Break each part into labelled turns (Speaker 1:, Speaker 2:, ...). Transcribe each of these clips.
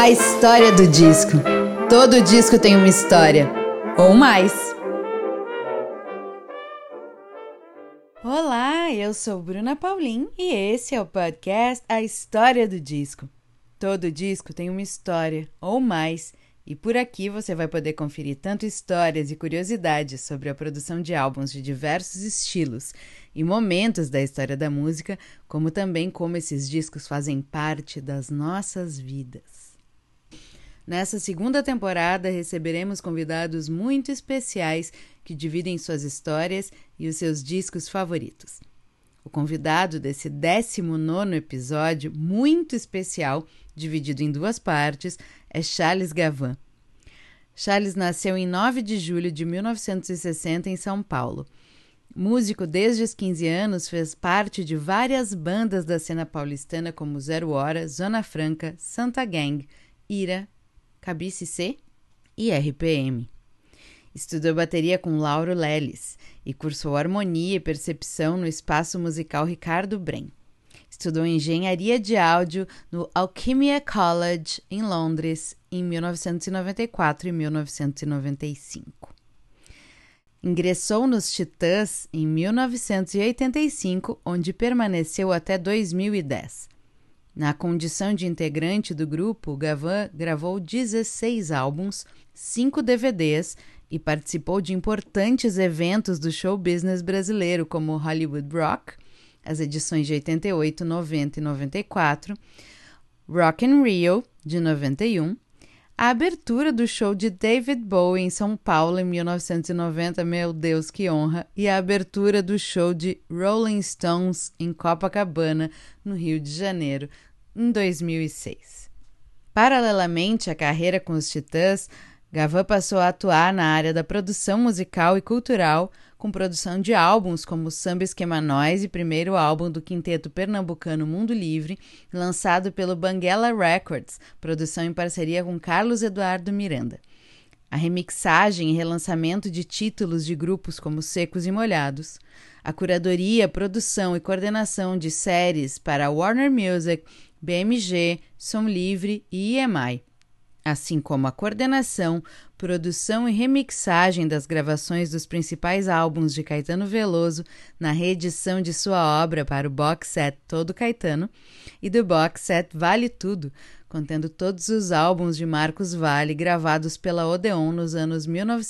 Speaker 1: A história do disco. Todo disco tem uma história, ou mais. Olá, eu sou Bruna Paulin e esse é o podcast A História do Disco. Todo disco tem uma história, ou mais, e por aqui você vai poder conferir tanto histórias e curiosidades sobre a produção de álbuns de diversos estilos e momentos da história da música, como também como esses discos fazem parte das nossas vidas. Nessa segunda temporada, receberemos convidados muito especiais que dividem suas histórias e os seus discos favoritos. O convidado desse 19º episódio, muito especial, dividido em duas partes, é Charles Gavan. Charles nasceu em 9 de julho de 1960 em São Paulo. Músico desde os 15 anos, fez parte de várias bandas da cena paulistana como Zero Hora, Zona Franca, Santa Gang, Ira, Cabice C e RPM. Estudou bateria com Lauro Leles e cursou harmonia e percepção no Espaço Musical Ricardo Brem. Estudou engenharia de áudio no Alchemia College, em Londres, em 1994 e 1995. Ingressou nos Titãs em 1985, onde permaneceu até 2010. Na condição de integrante do grupo, Gavan gravou 16 álbuns, 5 DVDs e participou de importantes eventos do show business brasileiro, como Hollywood Rock, as edições de 88, 90 e 94, Rock in Rio, de 91, a abertura do show de David Bowie em São Paulo em 1990, meu Deus, que honra, e a abertura do show de Rolling Stones em Copacabana, no Rio de Janeiro, em 2006. Paralelamente à carreira com os Titãs, Gavan passou a atuar na área da produção musical e cultural, com produção de álbuns como Samba Esquema Nós e primeiro álbum do quinteto pernambucano Mundo Livre, lançado pelo Banguela Records, produção em parceria com Carlos Eduardo Miranda. A remixagem e relançamento de títulos de grupos como Secos e Molhados, a curadoria, produção e coordenação de séries para Warner Music, BMG, Som Livre e EMI, assim como a coordenação, produção e remixagem das gravações dos principais álbuns de Caetano Veloso na reedição de sua obra para o box set Todo Caetano e do box set Vale Tudo, contendo todos os álbuns de Marcos Valle gravados pela Odeon nos anos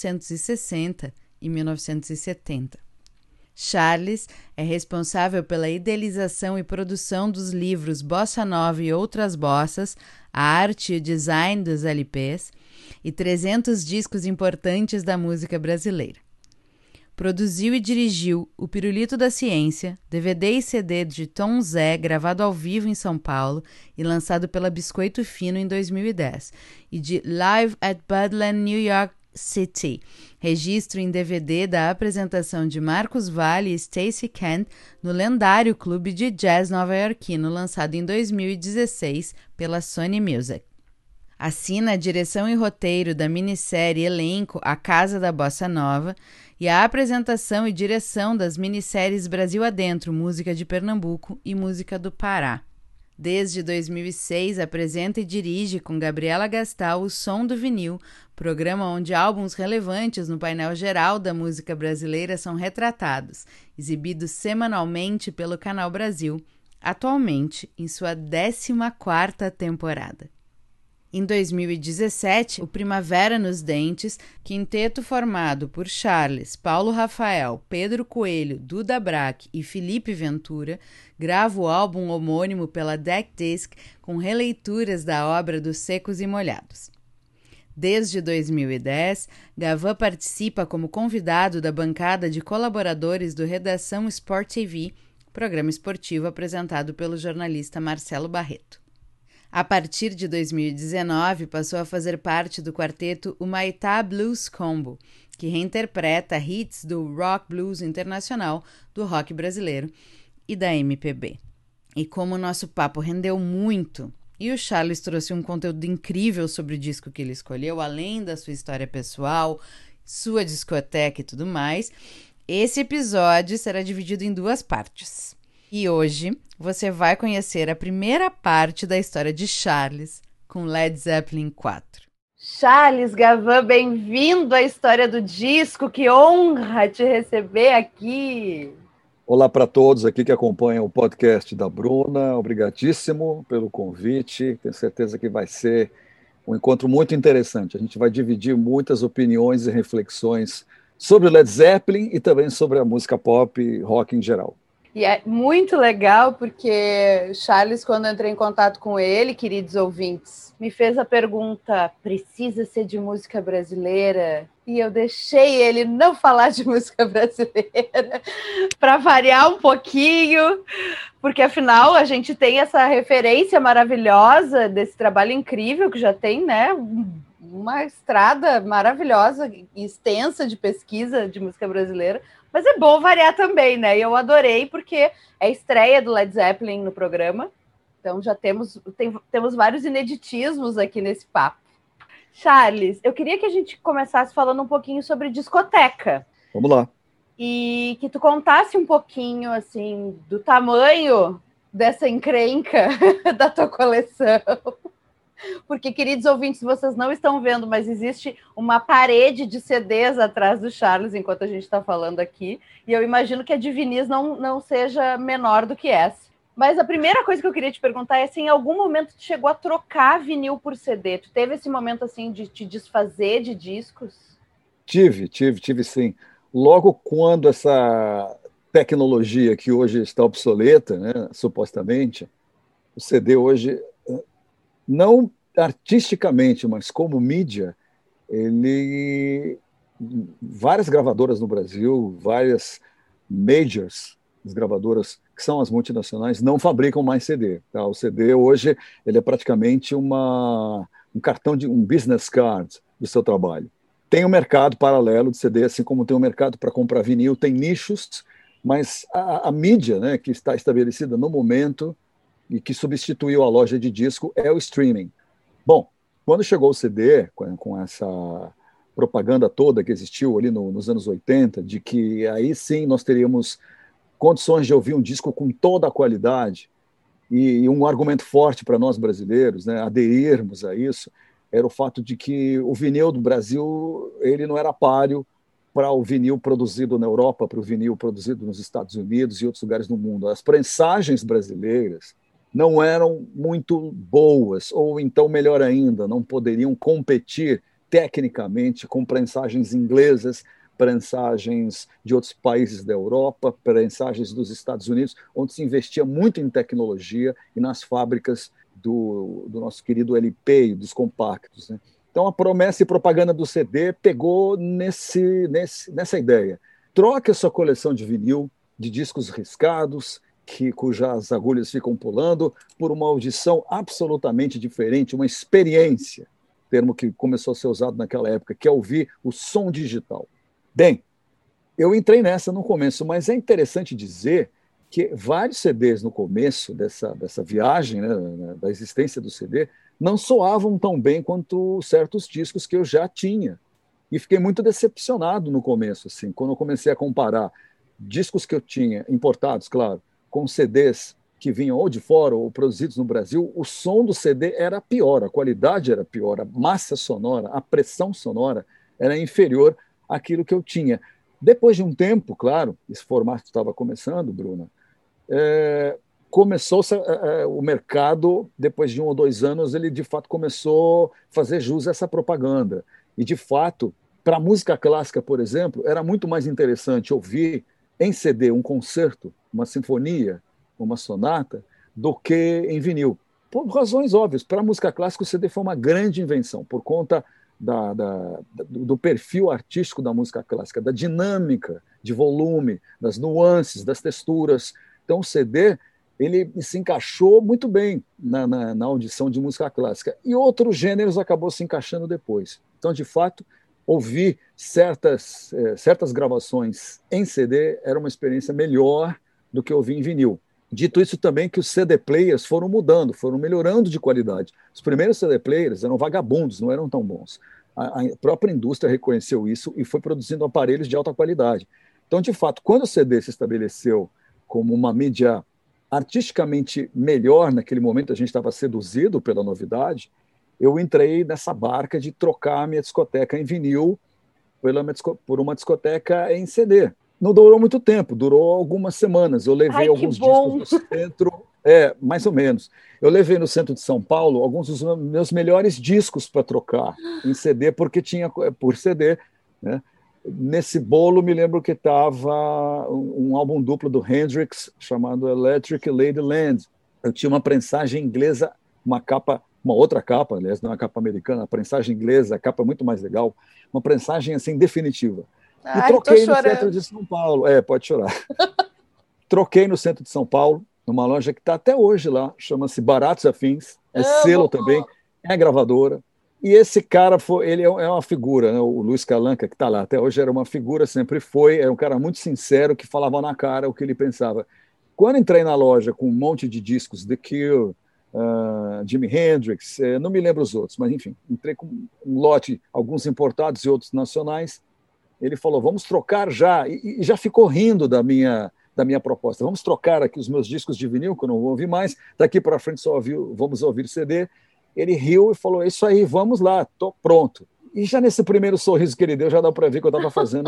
Speaker 1: 1960 e 1970. Charles é responsável pela idealização e produção dos livros Bossa Nova e Outras Bossas, a arte e o design dos LPs e 300 discos importantes da música brasileira. Produziu e dirigiu O Pirulito da Ciência, DVD e CD de Tom Zé, gravado ao vivo em São Paulo e lançado pela Biscoito Fino em 2010, e de Live at Badland, New York City, registro em DVD da apresentação de Marcos Valle e Stacey Kent no lendário clube de jazz nova-iorquino, lançado em 2016 pela Sony Music. Assina a direção e roteiro da minissérie Elenco A Casa da Bossa Nova e a apresentação e direção das minisséries Brasil Adentro, Música de Pernambuco e Música do Pará. Desde 2006, apresenta e dirige com Gabriela Gastal o Som do Vinil, programa onde álbuns relevantes no painel geral da música brasileira são retratados, exibidos semanalmente pelo Canal Brasil, atualmente em sua 14ª temporada. Em 2017, o Primavera nos Dentes, quinteto formado por Charles, Paulo Rafael, Pedro Coelho, Duda Braque e Felipe Ventura, grava o álbum homônimo pela Deck Disc com releituras da obra dos Secos e Molhados. Desde 2010, Gavan participa como convidado da bancada de colaboradores do Redação Sport TV, programa esportivo apresentado pelo jornalista Marcelo Barreto. A partir de 2019, passou a fazer parte do quarteto Humaitá Blues Combo, que reinterpreta hits do rock blues internacional, do rock brasileiro e da MPB. E como o nosso papo rendeu muito, e o Charles trouxe um conteúdo incrível sobre o disco que ele escolheu, além da sua história pessoal, sua discoteca e tudo mais, esse episódio será dividido em duas partes. E hoje você vai conhecer a primeira parte da história de Charles, com Led Zeppelin 4.
Speaker 2: Charles Gavan, bem-vindo à História do Disco, que honra te receber aqui.
Speaker 3: Olá para todos aqui que acompanham o podcast da Bruna, obrigadíssimo pelo convite, tenho certeza que vai ser um encontro muito interessante, a gente vai dividir muitas opiniões e reflexões sobre o Led Zeppelin e também sobre a música pop e rock em geral.
Speaker 2: E é muito legal porque Charles, quando eu entrei em contato com ele, queridos ouvintes, me fez a pergunta, precisa ser de música brasileira? E eu deixei ele não falar de música brasileira para variar um pouquinho, porque afinal a gente tem essa referência maravilhosa desse trabalho incrível que já tem, né? Uma estrada maravilhosa e extensa de pesquisa de música brasileira. Mas é bom variar também, né? E eu adorei, porque é a estreia do Led Zeppelin no programa. Então já temos vários ineditismos aqui nesse papo. Charles, eu queria que a gente começasse falando um pouquinho sobre discoteca.
Speaker 3: Vamos lá.
Speaker 2: E que tu contasse um pouquinho, assim, do tamanho dessa encrenca da tua coleção. Porque, queridos ouvintes, vocês não estão vendo, mas existe uma parede de CDs atrás do Charles enquanto a gente está falando aqui, e eu imagino que a de vinis não seja menor do que essa. Mas a primeira coisa que eu queria te perguntar é se em algum momento tu chegou a trocar vinil por CD. Tu teve esse momento assim de te desfazer de discos?
Speaker 3: Tive sim. Logo quando essa tecnologia que hoje está obsoleta, né, supostamente, o CD hoje... não artisticamente, mas como mídia, várias gravadoras no Brasil, várias majors, as gravadoras que são as multinacionais, não fabricam mais CD. Tá? O CD hoje ele é praticamente um cartão um business card do seu trabalho. Tem um mercado paralelo de CD, assim como tem um mercado para comprar vinil, tem nichos, mas a mídia, né, que está estabelecida no momento e que substituiu a loja de disco é o streaming. Bom, quando chegou o CD, com essa propaganda toda que existiu ali nos anos 80, de que aí sim nós teríamos condições de ouvir um disco com toda a qualidade, e um argumento forte para nós brasileiros, né, aderirmos a isso, era o fato de que o vinil do Brasil ele não era páreo para o vinil produzido na Europa, para o vinil produzido nos Estados Unidos e outros lugares do mundo. As prensagens brasileiras não eram muito boas, ou então, melhor ainda, não poderiam competir tecnicamente com prensagens inglesas, prensagens de outros países da Europa, prensagens dos Estados Unidos, onde se investia muito em tecnologia e nas fábricas do nosso querido LP e dos compactos. Né? Então, a promessa e propaganda do CD pegou nessa ideia. Troque a sua coleção de vinil, de discos riscados, cujas agulhas ficam pulando, por uma audição absolutamente diferente, uma experiência, termo que começou a ser usado naquela época, que é ouvir o som digital. Bem, eu entrei nessa no começo, mas é interessante dizer que vários CDs no começo dessa viagem, né, da existência do CD, não soavam tão bem quanto certos discos que eu já tinha. E fiquei muito decepcionado no começo, assim, quando eu comecei a comparar discos que eu tinha, importados, claro, com CDs que vinham ou de fora ou produzidos no Brasil, o som do CD era pior, a qualidade era pior, a massa sonora, a pressão sonora era inferior àquilo que eu tinha. Depois de um tempo, claro, esse formato estava começando, Bruna, começou-se o mercado, depois de 1 ou 2 anos, ele de fato começou a fazer jus a essa propaganda. E de fato, para a música clássica, por exemplo, era muito mais interessante ouvir em CD um concerto, uma sinfonia, uma sonata, do que em vinil. Por razões óbvias. Para a música clássica, o CD foi uma grande invenção, por conta do perfil artístico da música clássica, da dinâmica de volume, das nuances, das texturas. Então, o CD ele se encaixou muito bem na audição de música clássica. E outros gêneros acabou se encaixando depois. Então, de fato, ouvir certas gravações em CD era uma experiência melhor do que ouvir em vinil. Dito isso também que os CD players foram mudando, foram melhorando de qualidade. Os primeiros CD players eram vagabundos, não eram tão bons. A própria indústria reconheceu isso e foi produzindo aparelhos de alta qualidade. Então, de fato, quando o CD se estabeleceu como uma mídia artisticamente melhor, naquele momento a gente estava seduzido pela novidade, eu entrei nessa barca de trocar a minha discoteca em vinil por uma discoteca em CD. Não durou muito tempo, durou algumas semanas. Eu levei alguns discos no centro, mais ou menos. Eu levei no centro de São Paulo alguns dos meus melhores discos para trocar em CD, porque tinha por CD, né? Nesse bolo, me lembro que estava um álbum duplo do Hendrix chamado Electric Ladyland. Eu tinha uma prensagem inglesa, uma outra capa, aliás, não é uma capa americana, a prensagem inglesa, a capa é muito mais legal, uma prensagem assim definitiva. E troquei no centro de São Paulo. Pode chorar. Troquei no centro de São Paulo, numa loja que está até hoje lá, chama-se Baratos Afins, selo também, é gravadora. E esse cara, ele é uma figura, né? O Luiz Calanca, que está lá até hoje, era uma figura, sempre foi, era um cara muito sincero, que falava na cara o que ele pensava. Quando entrei na loja com um monte de discos, The Cure, Jimi Hendrix, não me lembro os outros, mas enfim, entrei com um lote, alguns importados e outros nacionais. Ele falou, vamos trocar já, e já ficou rindo da minha proposta. Vamos trocar aqui os meus discos de vinil, que eu não vou ouvir mais, daqui para frente vamos ouvir CD. Ele riu e falou, é isso aí, vamos lá, estou pronto. E já nesse primeiro sorriso que ele deu, já dá para ver que eu estava fazendo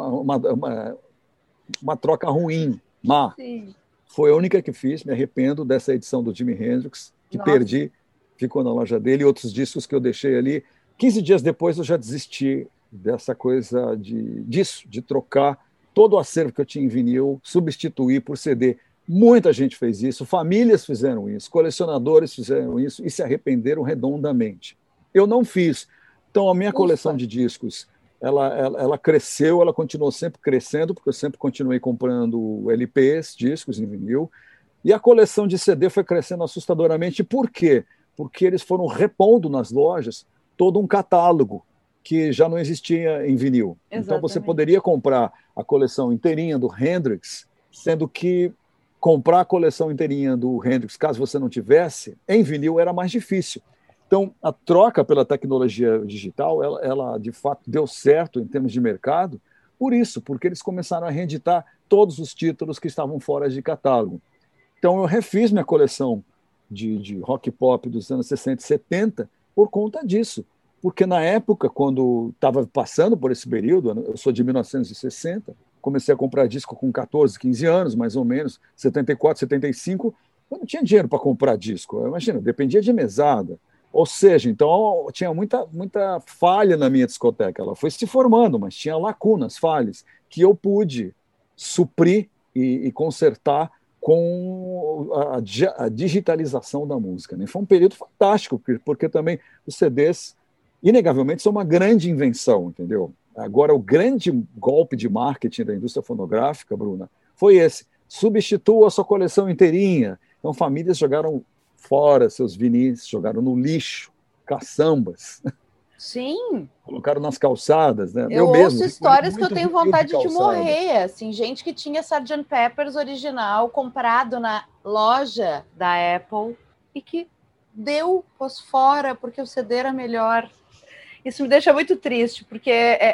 Speaker 3: uma troca ruim, má. Sim. Foi a única que fiz, me arrependo dessa edição do Jimi Hendrix, que perdi, ficou na loja dele, e outros discos que eu deixei ali. 15 dias depois eu já desisti dessa coisa de trocar todo o acervo que eu tinha em vinil, substituir por CD. Muita gente fez isso, famílias fizeram isso, colecionadores fizeram isso e se arrependeram redondamente. Eu não fiz. Então, a minha coleção de discos, ela cresceu, ela continuou sempre crescendo, porque eu sempre continuei comprando LPs, discos em vinil, e a coleção de CD foi crescendo assustadoramente. Por quê? Porque eles foram repondo nas lojas todo um catálogo que já não existia em vinil. Exatamente. Então, você poderia comprar a coleção inteirinha do Hendrix, sendo que comprar a coleção inteirinha do Hendrix, caso você não tivesse, em vinil era mais difícil. Então, a troca pela tecnologia digital, ela de fato deu certo em termos de mercado, por isso, porque eles começaram a reeditar todos os títulos que estavam fora de catálogo. Então, eu refiz minha coleção de rock pop dos anos 60 e 70 por conta disso. Porque na época, quando estava passando por esse período, eu sou de 1960, comecei a comprar disco com 14, 15 anos, mais ou menos, 74, 75, eu não tinha dinheiro para comprar disco. Imagina, dependia de mesada. Ou seja, então tinha muita falha na minha discoteca. Ela foi se formando, mas tinha lacunas, falhas, que eu pude suprir e consertar com a digitalização da música. Né? Foi um período fantástico, porque também os CDs, inegavelmente, são uma grande invenção, entendeu? Agora, o grande golpe de marketing da indústria fonográfica, Bruna, foi esse. Substitua a sua coleção inteirinha. Então, famílias jogaram fora seus vinis, jogaram no lixo, caçambas.
Speaker 2: Sim.
Speaker 3: Colocaram nas calçadas, né?
Speaker 2: Eu ouço histórias que eu tenho vontade de morrer, assim, gente que tinha Sgt. Pepper's original comprado na loja da Apple e que pôs fora porque o CD era melhor. Isso me deixa muito triste, porque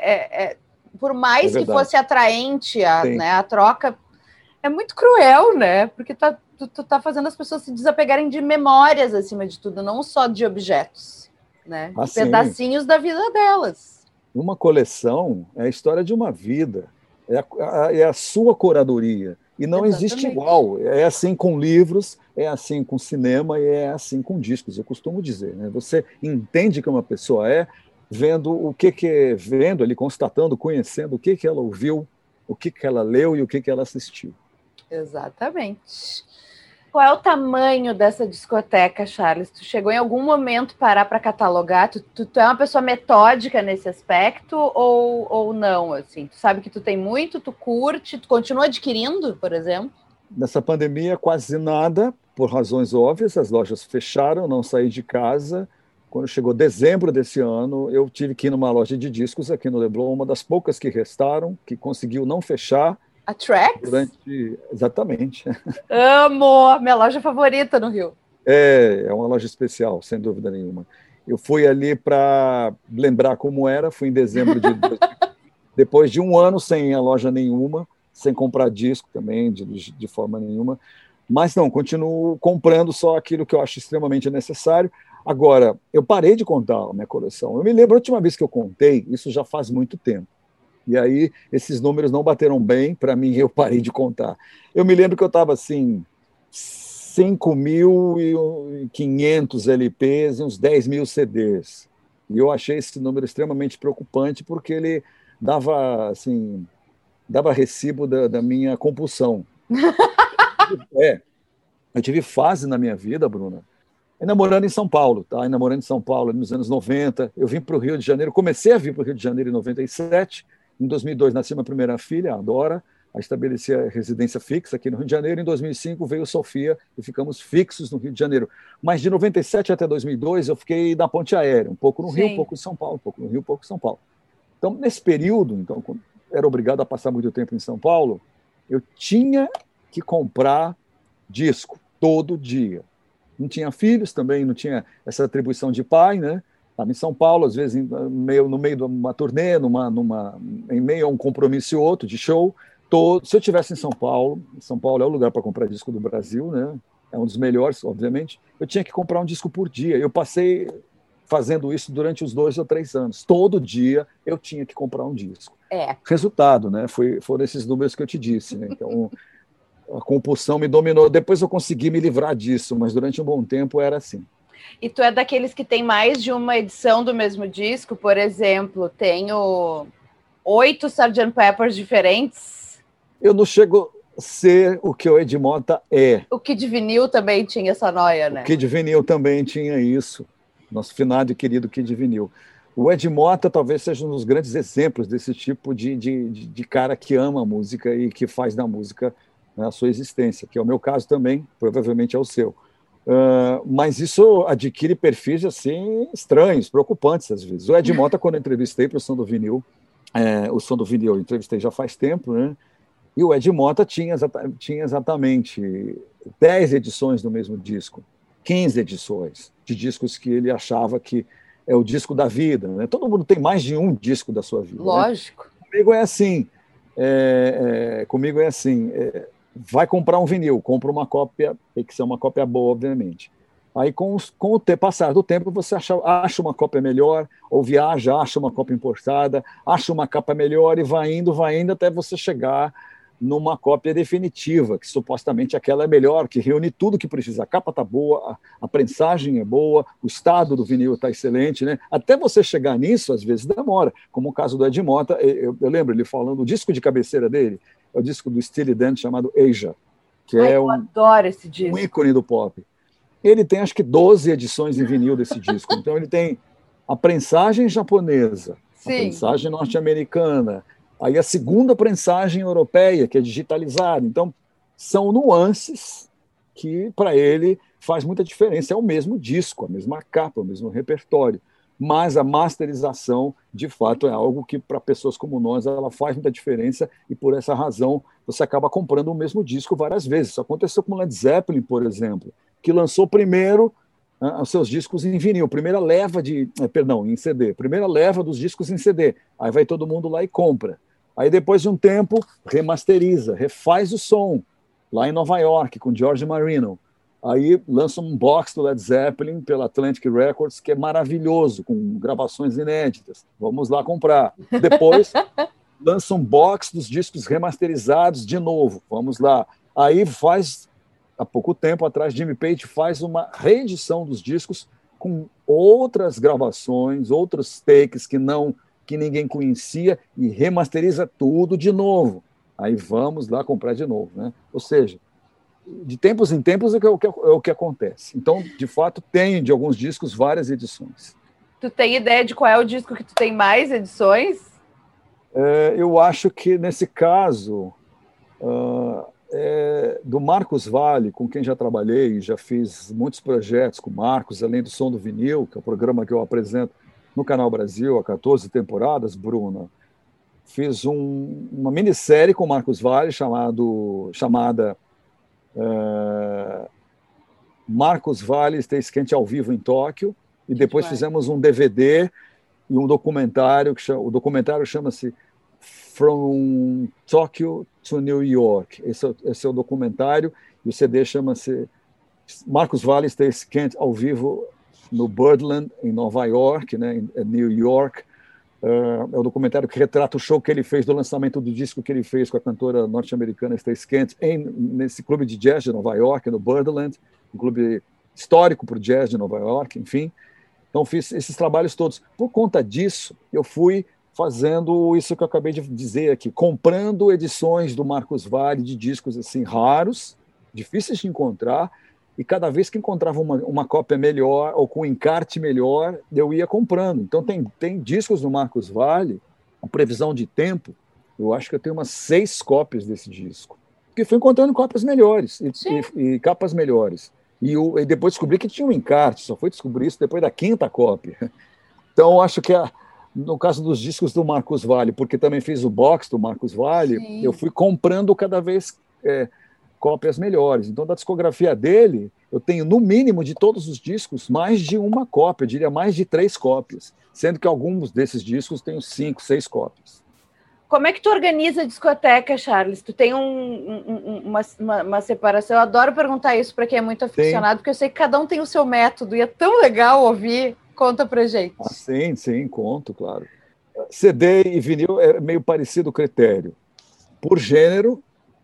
Speaker 2: por mais que fosse atraente né, a troca, é muito cruel, né? Porque tu tá fazendo as pessoas se desapegarem de memórias acima de tudo, não só de objetos, né? Pedacinhos da vida delas.
Speaker 3: Uma coleção é a história de uma vida, é a sua curadoria. E não existe igual. É assim com livros, é assim com cinema e é assim com discos, eu costumo dizer. Né? Você entende que uma pessoa vendo o que é, vendo ali, constatando, conhecendo o que ela ouviu, o que ela leu e o que ela assistiu.
Speaker 2: Exatamente. Qual é o tamanho dessa discoteca, Charles? Tu chegou em algum momento parar para catalogar? Tu é uma pessoa metódica nesse aspecto ou não? Assim? Tu sabe que tu tem muito, tu curte, tu continua adquirindo, por exemplo?
Speaker 3: Nessa pandemia, quase nada, por razões óbvias. As lojas fecharam, não saí de casa. Quando chegou dezembro desse ano, eu tive que ir numa loja de discos aqui no Leblon, uma das poucas que restaram, que conseguiu não fechar.
Speaker 2: A Trax?
Speaker 3: Exatamente.
Speaker 2: Amo! Minha loja favorita no Rio.
Speaker 3: É uma loja especial, sem dúvida nenhuma. Eu fui ali para lembrar como era, fui em dezembro depois de um ano sem ir a loja nenhuma, sem comprar disco também, de forma nenhuma. Mas não, continuo comprando só aquilo que eu acho extremamente necessário. Agora, eu parei de contar a minha coleção. Eu me lembro a última vez que eu contei, isso já faz muito tempo. E aí esses números não bateram bem para mim, eu parei de contar. Eu me lembro que eu estava assim, 5.500 LPs e uns 10 mil CDs. E eu achei esse número extremamente preocupante porque ele dava, assim, dava recibo da minha compulsão. Eu tive fase na minha vida, Bruna, ainda morando em São Paulo, tá? Ainda morando em São Paulo nos anos 90. Eu vim para o Rio de Janeiro, comecei a vir para o Rio de Janeiro em 97. Em 2002 nasci minha primeira filha, a Dora. A estabeleci a residência fixa aqui no Rio de Janeiro. Em 2005 veio Sofia e ficamos fixos no Rio de Janeiro. Mas de 97 até 2002 eu fiquei na ponte aérea, um pouco no Rio, um pouco em São Paulo, um pouco no Rio, um pouco em São Paulo. Então, nesse período, então, quando era obrigado a passar muito tempo em São Paulo, eu tinha que comprar disco todo dia. Não tinha filhos também, não tinha essa atribuição de pai, né? Estava em São Paulo, às vezes no meio de uma turnê, em meio a um compromisso e outro de show. Se eu estivesse em São Paulo é o lugar para comprar disco do Brasil, né? É um dos melhores, obviamente. Eu tinha que comprar um disco por dia. Eu passei fazendo isso durante os 2 ou 3 anos. Todo dia eu tinha que comprar um disco. Resultado, né? Foram esses números que eu te disse, né? Então a compulsão me dominou. Depois eu consegui me livrar disso, mas durante um bom tempo era assim.
Speaker 2: E tu é daqueles que tem mais de uma edição do mesmo disco? Por exemplo, tenho 8 Sgt. Peppers diferentes?
Speaker 3: Eu não chego a ser o que o Ed Mota é.
Speaker 2: O Kid Vinil também tinha essa noia, né?
Speaker 3: O Kid Vinil também tinha isso. Nosso finado e querido Kid Vinil. O Ed Mota talvez seja um dos grandes exemplos desse tipo de cara que ama a música e que faz da música, né, a sua existência, que é o meu caso também, provavelmente é o seu. Mas isso adquire perfis assim estranhos, preocupantes às vezes. O Ed Mota, quando eu entrevistei para o Som do Vinil, eu entrevistei já faz tempo, né? E o Ed Mota tinha exatamente 10 edições do mesmo disco, 15 edições de discos que ele achava que é o disco da vida, né? Todo mundo tem mais de um disco da sua vida.
Speaker 2: Lógico.
Speaker 3: Né? Comigo é assim, vai comprar um vinil, compra uma cópia, tem que ser uma cópia boa, obviamente. Aí, com o passar do tempo, você acha uma cópia melhor, ou viaja, acha uma cópia importada, acha uma capa melhor e vai indo até você chegar numa cópia definitiva, que supostamente aquela é melhor, que reúne tudo que precisa. A capa está boa, a prensagem é boa, o estado do vinil está excelente, né? Até você chegar nisso, às vezes demora, como o caso do Ed Mota. Eu lembro ele falando, o disco de cabeceira dele é o disco do Steely Dan chamado Asia, que
Speaker 2: eu adoro esse disco.
Speaker 3: Um ícone do pop. Ele tem, acho que, 12 edições em vinil desse disco. Então, ele tem a prensagem japonesa,
Speaker 2: Sim,
Speaker 3: a prensagem norte-americana, aí a segunda prensagem europeia, que é digitalizada. Então, são nuances que, para ele, faz muita diferença. É o mesmo disco, a mesma capa, o mesmo repertório. Mas a masterização, de fato, é algo que, para pessoas como nós, ela faz muita diferença e, por essa razão, você acaba comprando o mesmo disco várias vezes. Isso aconteceu com o Led Zeppelin, por exemplo, que lançou primeiro os seus discos em vinil, em CD, primeira leva dos discos em CD. Aí vai todo mundo lá e compra. Aí, depois de um tempo, remasteriza, refaz o som, lá em Nova York, com George Marino. Aí lança um box do Led Zeppelin pela Atlantic Records, que é maravilhoso, com gravações inéditas. Vamos lá comprar. Depois, lança um box dos discos remasterizados de novo. Vamos lá. Aí há pouco tempo atrás, Jimmy Page faz uma reedição dos discos com outras gravações, outros takes que ninguém conhecia e remasteriza tudo de novo. Aí vamos lá comprar de novo, né? Ou seja, de tempos em tempos é o que acontece. Então, de fato, tem de alguns discos várias edições.
Speaker 2: Tu tem ideia de qual é o disco que tu tem mais edições?
Speaker 3: Eu acho que, nesse caso, do Marcos Valle, com quem já trabalhei, já fiz muitos projetos com o Marcos, além do Som do Vinil, que é o programa que eu apresento no Canal Brasil há 14 temporadas, Bruna. Fiz uma minissérie com o Marcos Valle chamada Marcos Valle Stays Quente ao vivo em Tóquio, e depois fizemos um DVD e um documentário, o documentário chama-se From Tokyo to New York. Esse é o documentário, e o CD chama-se Marcos Valle Stays Quente ao vivo no Birdland, em Nova York, né, em New York. É um documentário que retrata o show que ele fez do lançamento do disco que ele fez com a cantora norte-americana Stacey Kent nesse clube de jazz de Nova York, no Birdland, um clube histórico para o jazz de Nova York, enfim. Então, fiz esses trabalhos todos. Por conta disso, eu fui fazendo isso que eu acabei de dizer aqui, comprando edições do Marcos Valle de discos assim raros, difíceis de encontrar, e cada vez que encontrava uma cópia melhor ou com um encarte melhor, eu ia comprando. Então, tem discos do Marcos Valle, a previsão de tempo, eu acho que eu tenho umas 6 cópias desse disco, porque fui encontrando cópias melhores e capas melhores. E depois descobri que tinha um encarte, só fui descobrir isso depois da 5ª cópia. Então, acho que no caso dos discos do Marcos Valle, porque também fiz o box do Marcos Valle, sim, eu fui comprando cada vez cópias melhores. Então, da discografia dele, eu tenho, no mínimo, de todos os discos, mais de uma cópia, eu diria mais de 3 cópias, sendo que alguns desses discos tenho 5, 6 cópias.
Speaker 2: Como é que tu organiza a discoteca, Charles? Tu tem uma separação? Eu adoro perguntar isso para quem é muito aficionado, porque eu sei que cada um tem o seu método, e é tão legal ouvir. Conta pra gente.
Speaker 3: Sim, conto, claro. CD e vinil é meio parecido o critério. Por gênero,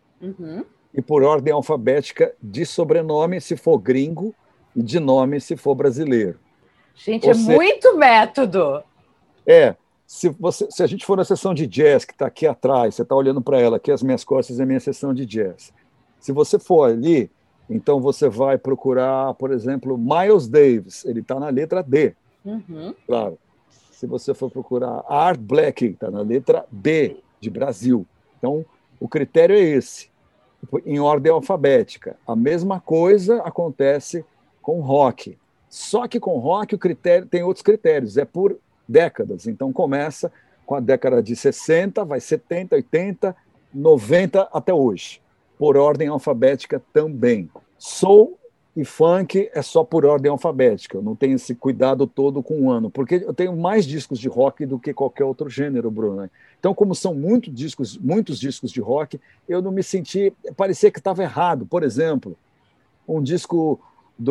Speaker 3: e por ordem alfabética de sobrenome, se for gringo, e de nome, se for brasileiro.
Speaker 2: Gente, muito método.
Speaker 3: Se a gente for na sessão de jazz, que está aqui atrás, você está olhando para ela, aqui as minhas costas é a minha sessão de jazz. Se você for ali, então você vai procurar, por exemplo, Miles Davis, ele está na letra D. Claro. Se você for procurar Art Blakey, está na letra B, de Brasil. Então, o critério é esse, em ordem alfabética. A mesma coisa acontece com rock. Só que com rock o critério tem outros critérios, é por décadas. Então, começa com a década de 60, vai 70, 80, 90 até hoje, por ordem alfabética também. Soul e funk é só por ordem alfabética, eu não tenho esse cuidado todo com o ano, porque eu tenho mais discos de rock do que qualquer outro gênero, Bruno. Então, como são muitos discos de rock, eu não me senti, parecia que estava errado. Por exemplo, um disco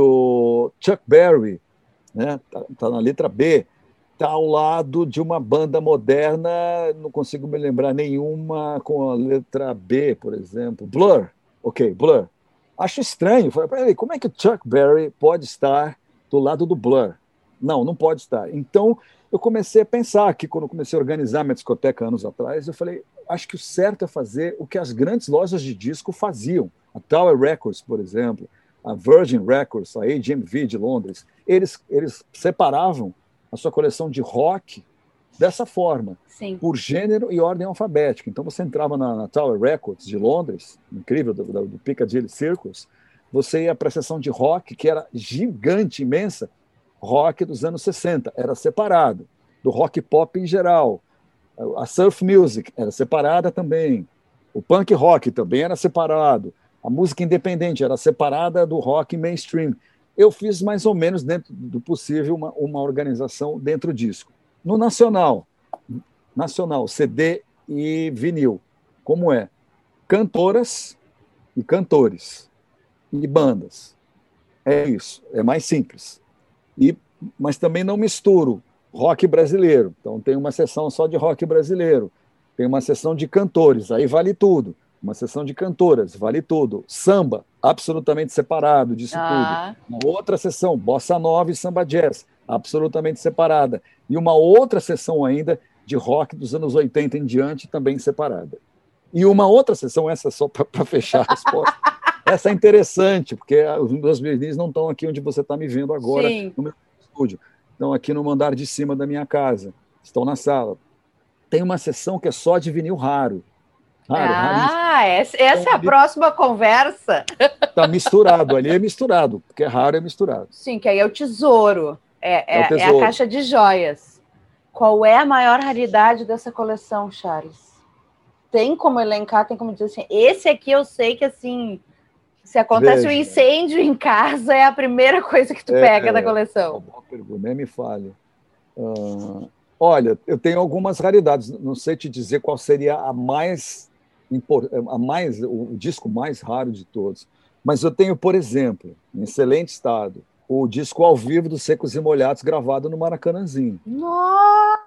Speaker 3: do Chuck Berry, né, tá na letra B, está ao lado de uma banda moderna, não consigo me lembrar nenhuma com a letra B, por exemplo. Blur, Blur. Acho estranho. Falei, como é que o Chuck Berry pode estar do lado do Blur? Não pode estar. Então, eu comecei a pensar aqui, quando eu comecei a organizar minha discoteca anos atrás, eu falei, acho que o certo é fazer o que as grandes lojas de disco faziam. A Tower Records, por exemplo, a Virgin Records, a AGMV de Londres, eles separavam a sua coleção de rock dessa forma, sim, por gênero e ordem alfabética. Então, você entrava na Tower Records de Londres, incrível, do Piccadilly Circus, você ia para a seção de rock, que era gigante, imensa, rock dos anos 60, era separado, do rock pop em geral. A surf music era separada também, o punk rock também era separado, a música independente era separada do rock mainstream. Eu fiz mais ou menos, dentro do possível, uma organização dentro disso. No nacional, CD e vinil, como é? Cantoras e cantores e bandas. É isso, é mais simples. Mas também não misturo rock brasileiro. Então, tem uma seção só de rock brasileiro. Tem uma seção de cantores, aí vale tudo. Uma seção de cantoras, vale tudo. Samba, absolutamente separado disso tudo. Uma outra seção, bossa nova e samba jazz, absolutamente separada. E uma outra seção ainda de rock dos anos 80 em diante, também separada. E uma outra seção, essa só para fechar a resposta, essa é interessante, porque os meus vinis não estão aqui onde você está me vendo agora, sim, no meu estúdio. Estão aqui no andar de cima da minha casa, estão na sala. Tem uma seção que é só de vinil raro.
Speaker 2: Essa então, é a próxima conversa.
Speaker 3: Está misturado, ali é misturado, porque é raro, é misturado.
Speaker 2: Sim, que aí é o tesouro. É a caixa de joias. Qual é a maior raridade dessa coleção, Charles? Tem como elencar, tem como dizer assim, esse aqui eu sei que, assim, se acontece um incêndio em casa, é a primeira coisa que tu pega da coleção.
Speaker 3: Uma boa pergunta, nem me fale. Olha, eu tenho algumas raridades, não sei te dizer qual seria o disco mais raro de todos, mas eu tenho, por exemplo, em excelente estado, o disco ao vivo dos Secos e Molhados gravado no Maracanãzinho.
Speaker 2: Nossa!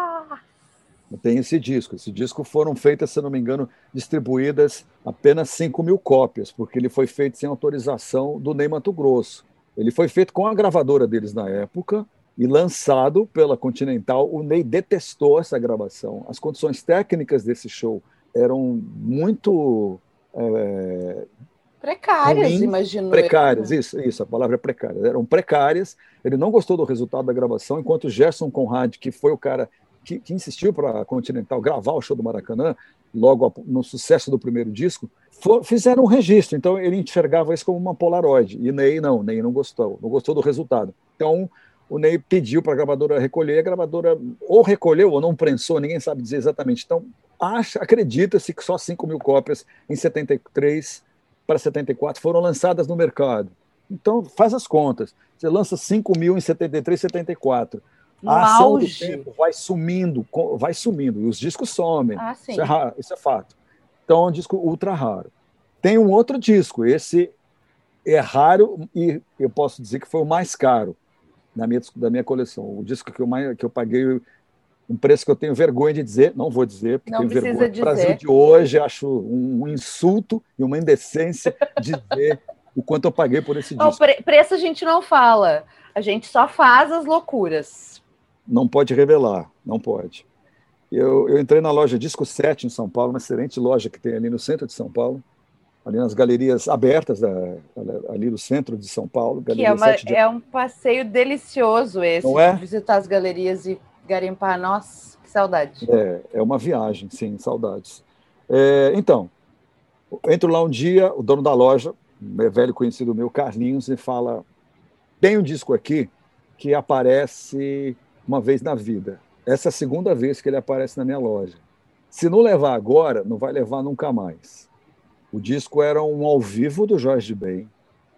Speaker 3: Tem esse disco. Esse disco foram feitas, se não me engano, distribuídas apenas 5.000 cópias, porque ele foi feito sem autorização do Ney Matogrosso. Ele foi feito com a gravadora deles na época e lançado pela Continental. O Ney detestou essa gravação. As condições técnicas desse show eram muito...
Speaker 2: precárias,
Speaker 3: ruins,
Speaker 2: imagino.
Speaker 3: Precárias, isso, a palavra é precária. Eram precárias. Ele não gostou do resultado da gravação, enquanto o Gerson Conrad, que foi o cara que insistiu para a Continental gravar o show do Maracanã, logo no sucesso do primeiro disco, fizeram um registro. Então ele enxergava isso como uma Polaroid. E Ney não gostou do resultado. Então o Ney pediu para a gravadora recolher, a gravadora ou recolheu ou não prensou, ninguém sabe dizer exatamente. Então acredita-se que só 5.000 cópias em 73 para 74 foram lançadas no mercado. Então faz as contas. Você lança 5.000 em 73, 74. A ação do tempo vai sumindo, e os discos somem. Isso é fato. Então é um disco ultra raro. Tem um outro disco, esse é raro e eu posso dizer que foi o mais caro da minha coleção. O disco que eu paguei um preço que eu tenho vergonha de dizer, não vou dizer, porque tenho vergonha do Brasil de hoje, acho um insulto e uma indecência dizer o quanto eu paguei por esse disco.
Speaker 2: Preço a gente não fala, a gente só faz as loucuras.
Speaker 3: Não pode revelar, não pode. Eu entrei na loja Disco 7 em São Paulo, uma excelente loja que tem ali no centro de São Paulo, ali nas galerias abertas ali no centro de São Paulo.
Speaker 2: Que é um passeio delicioso esse,
Speaker 3: não é?
Speaker 2: Visitar as galerias e garimpar. Nossa, que saudade.
Speaker 3: É uma viagem, sim, saudades. Então, entro lá um dia, o dono da loja, um velho conhecido meu, Carlinhos, e fala, tem um disco aqui que aparece uma vez na vida. Essa é a segunda vez que ele aparece na minha loja. Se não levar agora, não vai levar nunca mais. O disco era um ao vivo do Jorge Ben,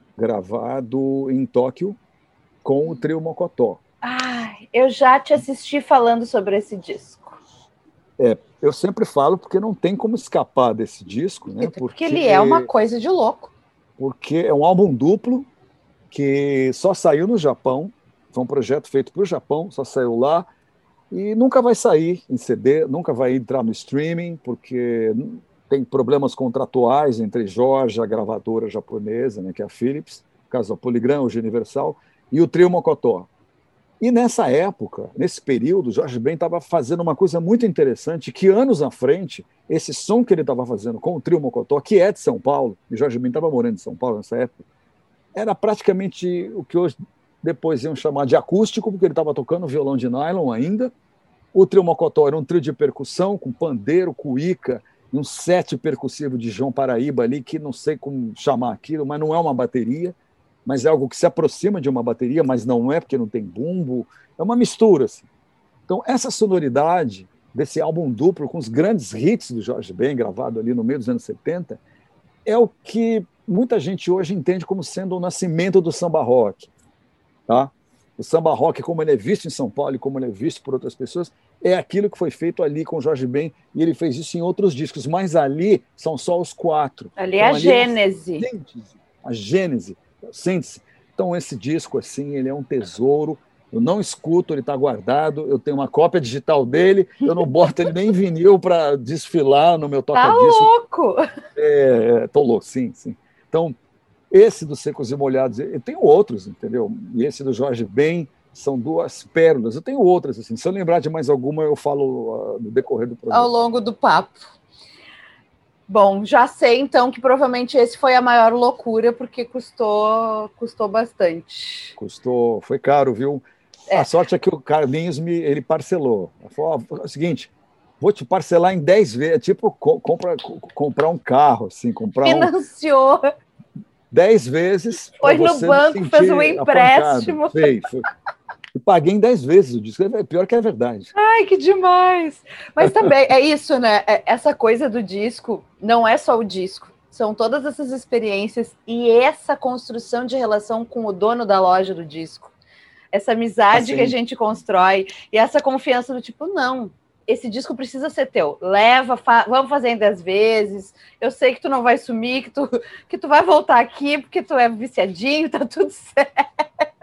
Speaker 3: gravado em Tóquio com o trio Mocotó.
Speaker 2: Eu já te assisti falando sobre esse disco.
Speaker 3: Eu sempre falo porque não tem como escapar desse disco, né?
Speaker 2: Porque ele é uma coisa de louco.
Speaker 3: Porque é um álbum duplo que só saiu no Japão. Foi um projeto feito para o Japão, só saiu lá e nunca vai sair em CD, nunca vai entrar no streaming, porque tem problemas contratuais entre Jorge, a gravadora japonesa, né, que é a Philips, no caso a Polygram, hoje Universal, e o trio Mocotó. E nessa época, nesse período, Jorge Ben estava fazendo uma coisa muito interessante, que anos à frente, esse som que ele estava fazendo com o trio Mocotó, que é de São Paulo, e Jorge Ben estava morando em São Paulo nessa época, era praticamente o que hoje depois iam chamar de acústico, porque ele estava tocando violão de nylon ainda. O trio Mocotó era um trio de percussão, com pandeiro, cuíca, e um set percussivo de João Paraíba ali, que não sei como chamar aquilo, mas não é uma bateria, mas é algo que se aproxima de uma bateria, mas não é, porque não tem bumbo, é uma mistura. Assim. Então, essa sonoridade desse álbum duplo, com os grandes hits do Jorge Ben, gravado ali no meio dos anos 70, é o que muita gente hoje entende como sendo o nascimento do samba rock. Tá? O samba rock, como ele é visto em São Paulo e como ele é visto por outras pessoas, é aquilo que foi feito ali com o Jorge Ben, e ele fez isso em outros discos, mas ali são só os 4.
Speaker 2: Ali é a gênese.
Speaker 3: A gênese, sente-se. Então esse disco, assim, ele é um tesouro, eu não escuto, ele está guardado, eu tenho uma cópia digital dele, eu não boto ele nem em vinil para desfilar no meu toca-disco.
Speaker 2: Tá louco!
Speaker 3: Tô louco, sim. Então, esse dos Secos e Molhados, eu tenho outros, entendeu? E esse do Jorge Ben são 2 pérolas. Eu tenho outras, assim. Se eu lembrar de mais alguma, eu falo no decorrer do programa.
Speaker 2: Ao longo do papo. Bom, já sei, então, que provavelmente esse foi a maior loucura, porque custou bastante.
Speaker 3: Custou, foi caro, viu? A sorte é que o Carlinhos ele parcelou. Ele falou, é o seguinte, vou te parcelar em 10 vezes, tipo comprar um carro, assim,
Speaker 2: Financiou.
Speaker 3: 10 vezes.
Speaker 2: Foi no banco, fez um empréstimo.
Speaker 3: Foi. E paguei em 10 vezes o disco. Pior que é verdade.
Speaker 2: Ai, que demais! Mas também é isso, né? Essa coisa do disco não é só o disco. São todas essas experiências e essa construção de relação com o dono da loja do disco. Essa amizade que a gente constrói e essa confiança do tipo, não, esse disco precisa ser teu. Leva, vamos fazer em 10 vezes. Eu sei que tu não vai sumir, que tu vai voltar aqui porque tu é viciadinho, tá tudo certo.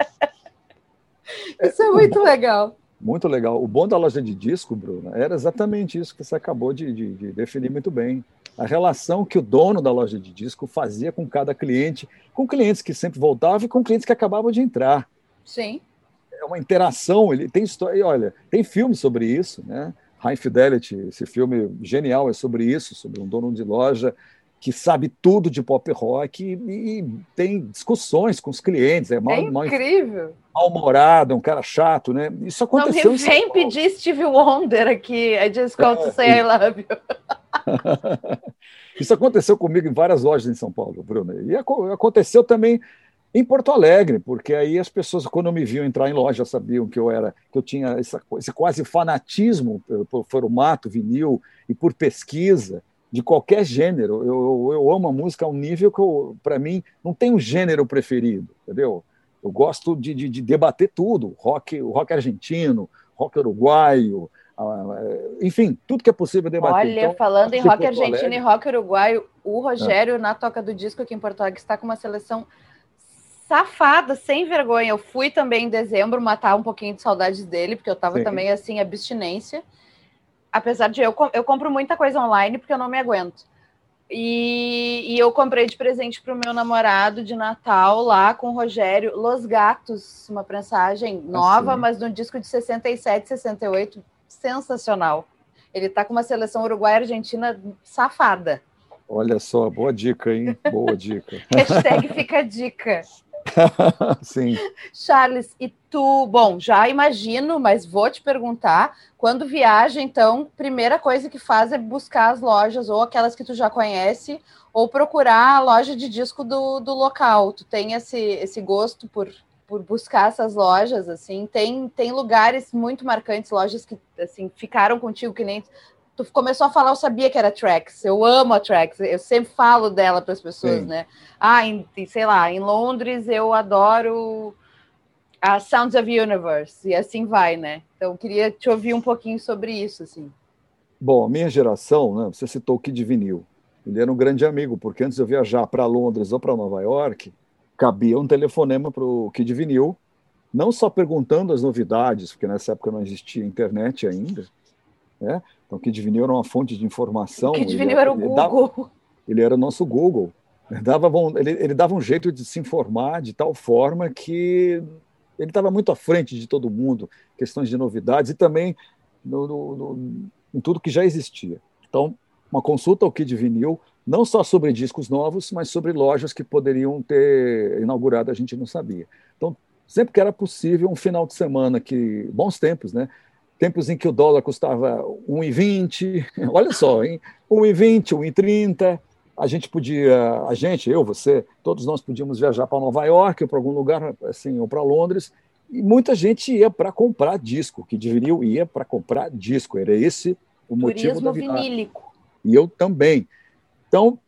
Speaker 2: Isso é muito legal.
Speaker 3: Muito legal. O bom da loja de disco, Bruno, era exatamente isso que você acabou de definir muito bem. A relação que o dono da loja de disco fazia com cada cliente, com clientes que sempre voltavam e com clientes que acabavam de entrar.
Speaker 2: Sim.
Speaker 3: É uma interação, ele tem história, e olha, tem filme sobre isso, né? High Fidelity, esse filme genial é sobre isso, sobre um dono de loja que sabe tudo de pop rock e tem discussões com os clientes,
Speaker 2: é incrível.
Speaker 3: Mal-humorado, um cara chato, né? Isso aconteceu.
Speaker 2: Não me vem pedir Stevie Wonder aqui. I just called to say I love you.
Speaker 3: Isso aconteceu comigo em várias lojas em São Paulo, Bruno. E aconteceu também em Porto Alegre, porque aí as pessoas, quando me viam entrar em loja, sabiam que eu tinha esse quase fanatismo por formato, vinil e por pesquisa de qualquer gênero. Eu amo a música a um nível que, para mim, não tem um gênero preferido, entendeu? Eu gosto de debater tudo, o rock argentino, rock uruguaio, enfim, tudo que é possível debater.
Speaker 2: Olha, então, falando em rock argentino e rock uruguaio, o Rogério, na Toca do Disco aqui em Porto Alegre, está com uma seleção safada, sem vergonha. Eu fui também em dezembro matar um pouquinho de saudades dele, porque eu estava também, assim, abstinência. Apesar de eu compro muita coisa online, porque eu não me aguento. E eu comprei de presente para o meu namorado de Natal lá com o Rogério Los Gatos, uma prensagem nova, mas no disco de 67, 68, sensacional. Ele tá com uma seleção uruguaia argentina safada.
Speaker 3: Olha só, boa dica, hein? Boa dica.
Speaker 2: Hashtag fica a dica.
Speaker 3: Sim.
Speaker 2: Charles, e tu, bom, já imagino, mas vou te perguntar, quando viaja, então, primeira coisa que faz é buscar as lojas, ou aquelas que tu já conhece, ou procurar a loja de disco do local. Tu tem esse gosto por buscar essas lojas, assim, tem lugares muito marcantes, lojas que, assim, ficaram contigo, que nem... Tu começou a falar, eu sabia que era Trax, eu amo a Trax, eu sempre falo dela para as pessoas, né? Sei lá, em Londres eu adoro a Sounds of Universe, e assim vai, né? Então eu queria te ouvir um pouquinho sobre isso, assim.
Speaker 3: Bom, a minha geração, né, você citou o Kid Vinil, ele era um grande amigo, porque antes de eu viajar para Londres ou para Nova York, cabia um telefonema para o Kid Vinil, não só perguntando as novidades, porque nessa época não existia internet ainda, né? Então, o Kid Vinil era uma fonte de informação.
Speaker 2: O Kid Vinil era o Google.
Speaker 3: Ele era o nosso Google. Ele dava um jeito de se informar de tal forma que ele estava muito à frente de todo mundo, questões de novidades e também em tudo que já existia. Então, uma consulta ao Kid Vinil, não só sobre discos novos, mas sobre lojas que poderiam ter inaugurado, a gente não sabia. Então, sempre que era possível, um final de semana, bons tempos, né? Tempos em que o dólar custava 1,20, olha só, hein? 1,20, 1,30, eu, você, todos nós podíamos viajar para Nova York ou para algum lugar, assim, ou para Londres, e muita gente ia para comprar disco, que Vinil ia para comprar disco, era esse o motivo da viagem.
Speaker 2: Turismo vinílico.
Speaker 3: E eu também. Então,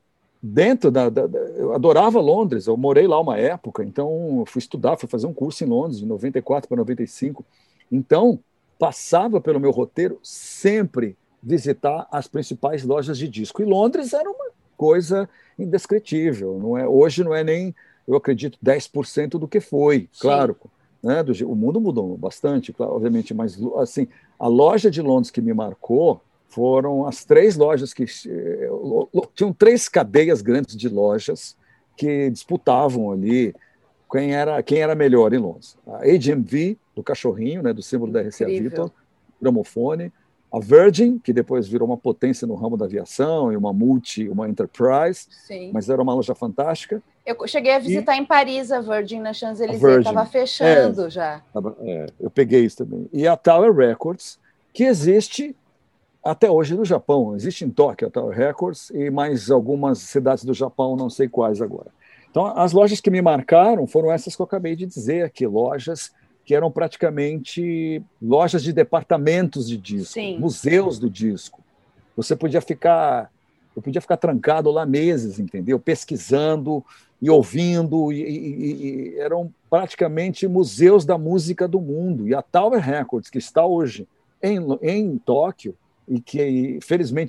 Speaker 3: eu adorava Londres, eu morei lá uma época, então eu fui fazer um curso em Londres, de 94 para 95, então passava pelo meu roteiro sempre visitar as principais lojas de disco. E Londres era uma coisa indescritível. Hoje não é nem, eu acredito, 10% do que foi. Sim. Claro, né? O mundo mudou bastante, claro, obviamente, mas assim, a loja de Londres que me marcou foram as 3 lojas que... Tinham 3 cadeias grandes de lojas que disputavam ali quem era melhor em Londres. A HMV, do cachorrinho, né, do símbolo da RCA Victor, gramofone. A Virgin, que depois virou uma potência no ramo da aviação, e uma uma Enterprise, sim, mas era uma loja fantástica.
Speaker 2: Eu cheguei a visitar em Paris a Virgin, na Champs-Élysées, estava fechando já.
Speaker 3: Eu peguei isso também. E a Tower Records, que existe até hoje no Japão. Existe em Tóquio a Tower Records e mais algumas cidades do Japão, não sei quais agora. Então, as lojas que me marcaram foram essas que eu acabei de dizer aqui, lojas que eram praticamente lojas de departamentos de disco, sim, museus do disco. Eu podia ficar trancado lá meses, entendeu? Pesquisando e ouvindo, e eram praticamente museus da música do mundo. E a Tower Records, que está hoje em Tóquio, e que, felizmente,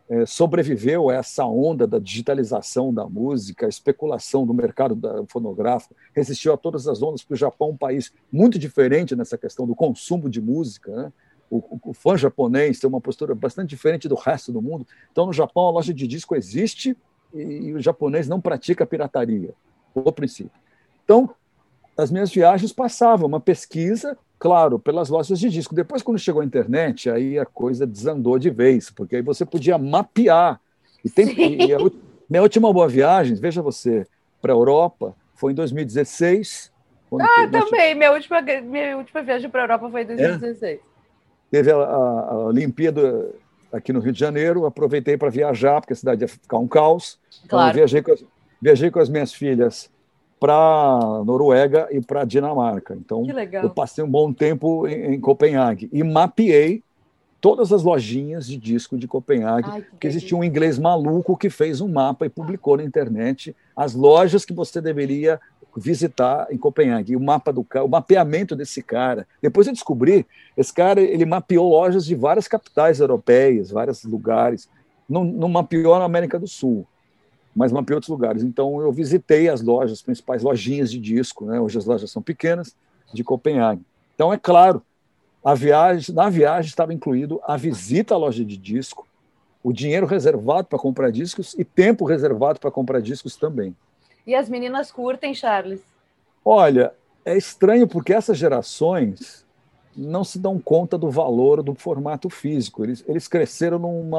Speaker 3: sobreviveu a essa onda da digitalização da música, a especulação do mercado fonográfico, resistiu a todas as ondas, porque o Japão é um país muito diferente nessa questão do consumo de música, né? O fã japonês tem uma postura bastante diferente do resto do mundo. Então, no Japão, a loja de disco existe e o japonês não pratica pirataria, no princípio. Então, as minhas viagens passavam uma pesquisa, claro, pelas lojas de disco. Depois, quando chegou a internet, aí a coisa desandou de vez, porque aí você podia mapear. Minha última boa viagem, veja você, para a Europa, foi em 2016.
Speaker 2: Também. Minha última viagem para a Europa foi em 2016.
Speaker 3: Teve a Olimpíada aqui no Rio de Janeiro, aproveitei para viajar, porque a cidade ia ficar um caos.
Speaker 2: Claro.
Speaker 3: Então, viajei com as minhas filhas para Noruega e para Dinamarca. Então, eu passei um bom tempo em Copenhague e mapeei todas as lojinhas de disco de Copenhague, porque existia um inglês maluco que fez um mapa e publicou na internet as lojas que você deveria visitar em Copenhague. E o mapeamento desse cara. Depois eu descobri, esse cara ele mapeou lojas de várias capitais europeias, vários lugares. Não mapeou na América do Sul, mas mapeou outros lugares. Então, eu visitei as principais lojinhas de disco, né? Hoje as lojas são pequenas, de Copenhague. Então, é claro, na viagem estava incluído a visita à loja de disco, o dinheiro reservado para comprar discos e tempo reservado para comprar discos também.
Speaker 2: E as meninas curtem, Charles?
Speaker 3: Olha, é estranho porque essas gerações não se dão conta do valor do formato físico. Eles cresceram num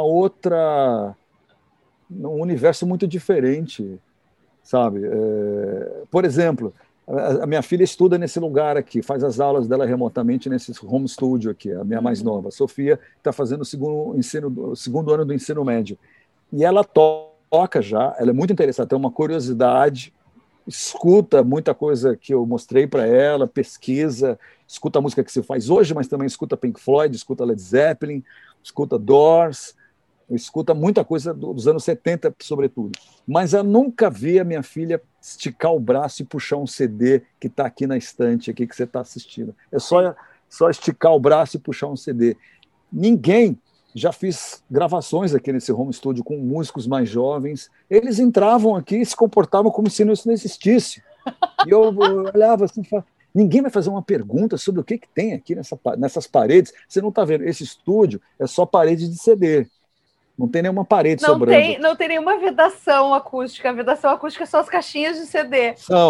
Speaker 3: universo muito diferente, sabe? Por exemplo, a minha filha estuda nesse lugar aqui, faz as aulas dela remotamente nesse home studio aqui, a minha mais nova. A Sofia está fazendo o segundo ano do ensino médio. E ela toca já, ela é muito interessada, tem uma curiosidade, escuta muita coisa que eu mostrei para ela, pesquisa, escuta a música que se faz hoje, mas também escuta Pink Floyd, escuta Led Zeppelin, escuta Doors, escuta muita coisa dos anos 70, sobretudo. Mas eu nunca vi a minha filha esticar o braço e puxar um CD que está aqui na estante, aqui que você está assistindo. É só esticar o braço e puxar um CD. Ninguém... Já fiz gravações aqui nesse home studio com músicos mais jovens. Eles entravam aqui e se comportavam como se isso não existisse. E eu olhava assim e falava, ninguém vai fazer uma pergunta sobre o que tem aqui nessas paredes. Você não está vendo, esse estúdio é só parede de CD. Não tem nenhuma parede sobrando.
Speaker 2: Não tem nenhuma vedação acústica. A vedação acústica são as caixinhas de CD.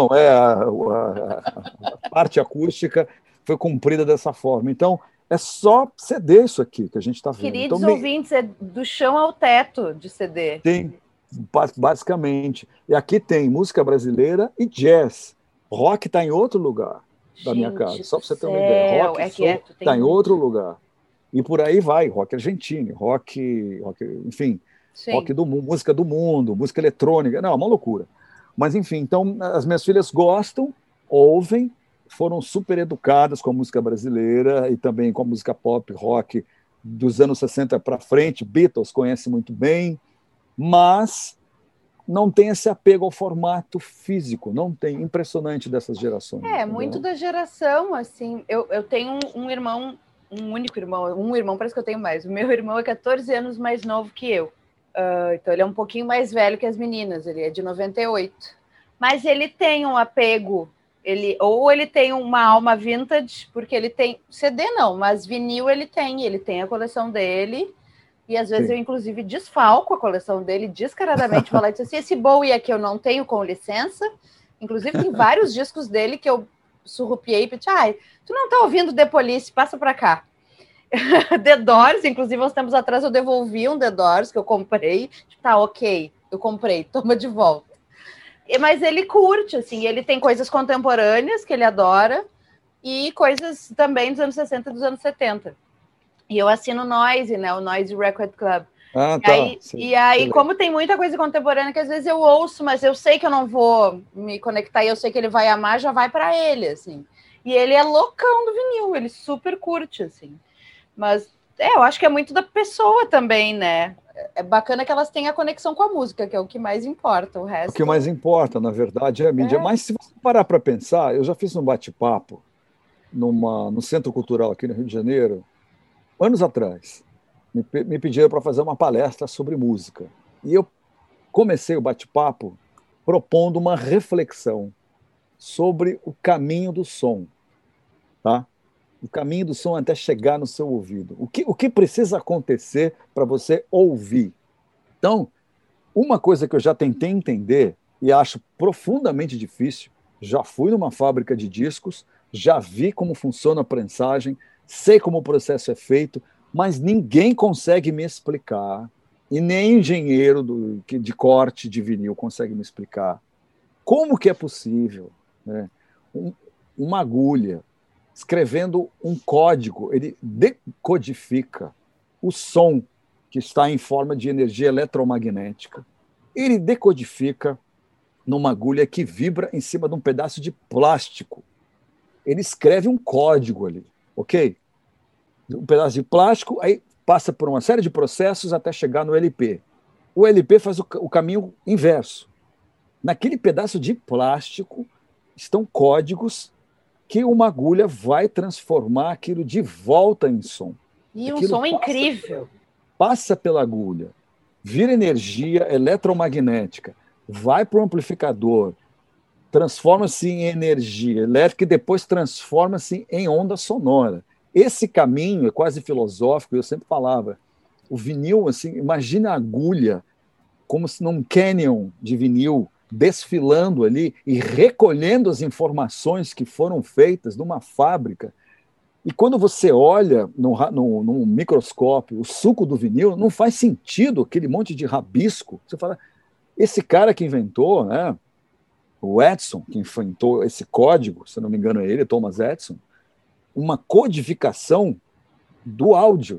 Speaker 3: A parte acústica foi cumprida dessa forma. Então, é só CD isso aqui que a gente está vendo.
Speaker 2: Queridos ouvintes, é do chão ao teto de CD.
Speaker 3: Tem, basicamente. E aqui tem música brasileira e jazz. Rock está em outro lugar da minha casa, só para você ter uma ideia. Rock está em outro lugar. E por aí vai, rock argentino, rock enfim, rock música do mundo, música eletrônica. Não, é uma loucura. Mas, enfim, então as minhas filhas gostam, ouvem, foram super educadas com a música brasileira e também com a música pop, rock dos anos 60 para frente. Beatles conhece muito bem, mas não tem esse apego ao formato físico, não tem. Impressionante dessas gerações.
Speaker 2: Muito da geração, assim. Eu tenho um irmão, um único irmão, parece que eu tenho mais. O meu irmão é 14 anos mais novo que eu. Então ele é um pouquinho mais velho que as meninas, ele é de 98. Mas ele tem um apego... Ele tem uma alma vintage, porque ele tem CD não, mas vinil ele tem a coleção dele, e às vezes eu inclusive desfalco a coleção dele descaradamente, falar assim, esse Bowie aqui eu não tenho, com licença. Inclusive tem vários discos dele que eu surrupiei e pedi, tu não tá ouvindo The Police, passa pra cá. The Doors, inclusive uns tempos atrás eu devolvi um The Doors que eu comprei, ok, eu comprei, toma de volta. Mas ele curte, assim, ele tem coisas contemporâneas que ele adora e coisas também dos anos 60 e dos anos 70. E eu assino o Noise, né? O Noise Record Club. E aí, como tem muita coisa contemporânea que às vezes eu ouço, mas eu sei que eu não vou me conectar e eu sei que ele vai amar, já vai para ele, assim. E ele é loucão do vinil, ele super curte, assim. Mas, eu acho que é muito da pessoa também, né? É bacana que elas tenham a conexão com a música, que é o que mais importa, o resto...
Speaker 3: O que mais importa, na verdade, é a mídia. Mas se você parar para pensar, eu já fiz um bate-papo no Centro Cultural aqui no Rio de Janeiro, anos atrás. me pediram para fazer uma palestra sobre música. E eu comecei o bate-papo propondo uma reflexão sobre o caminho do som, tá? O caminho do som até chegar no seu ouvido. O que precisa acontecer para você ouvir? Então, uma coisa que eu já tentei entender e acho profundamente difícil, já fui numa fábrica de discos, já vi como funciona a prensagem, sei como o processo é feito, mas ninguém consegue me explicar, e nem engenheiro de corte de vinil consegue me explicar como que é possível, né? Uma agulha escrevendo um código, ele decodifica o som que está em forma de energia eletromagnética, ele decodifica numa agulha que vibra em cima de um pedaço de plástico. Ele escreve um código ali, ok? Um pedaço de plástico, aí passa por uma série de processos até chegar no LP. O LP faz o caminho inverso. Naquele pedaço de plástico estão códigos que uma agulha vai transformar aquilo de volta em som.
Speaker 2: E um som incrível.
Speaker 3: Passa pela agulha, vira energia eletromagnética, vai para o amplificador, transforma-se em energia elétrica e depois transforma-se em onda sonora. Esse caminho é quase filosófico, eu sempre falava. O vinil, assim, imagina a agulha como se num canyon de vinil, desfilando ali e recolhendo as informações que foram feitas numa fábrica. E quando você olha no microscópio o suco do vinil, não faz sentido aquele monte de rabisco. Você fala, esse cara que inventou, né, o Edison, que inventou esse código, se não me engano é ele, Thomas Edison, uma codificação do áudio.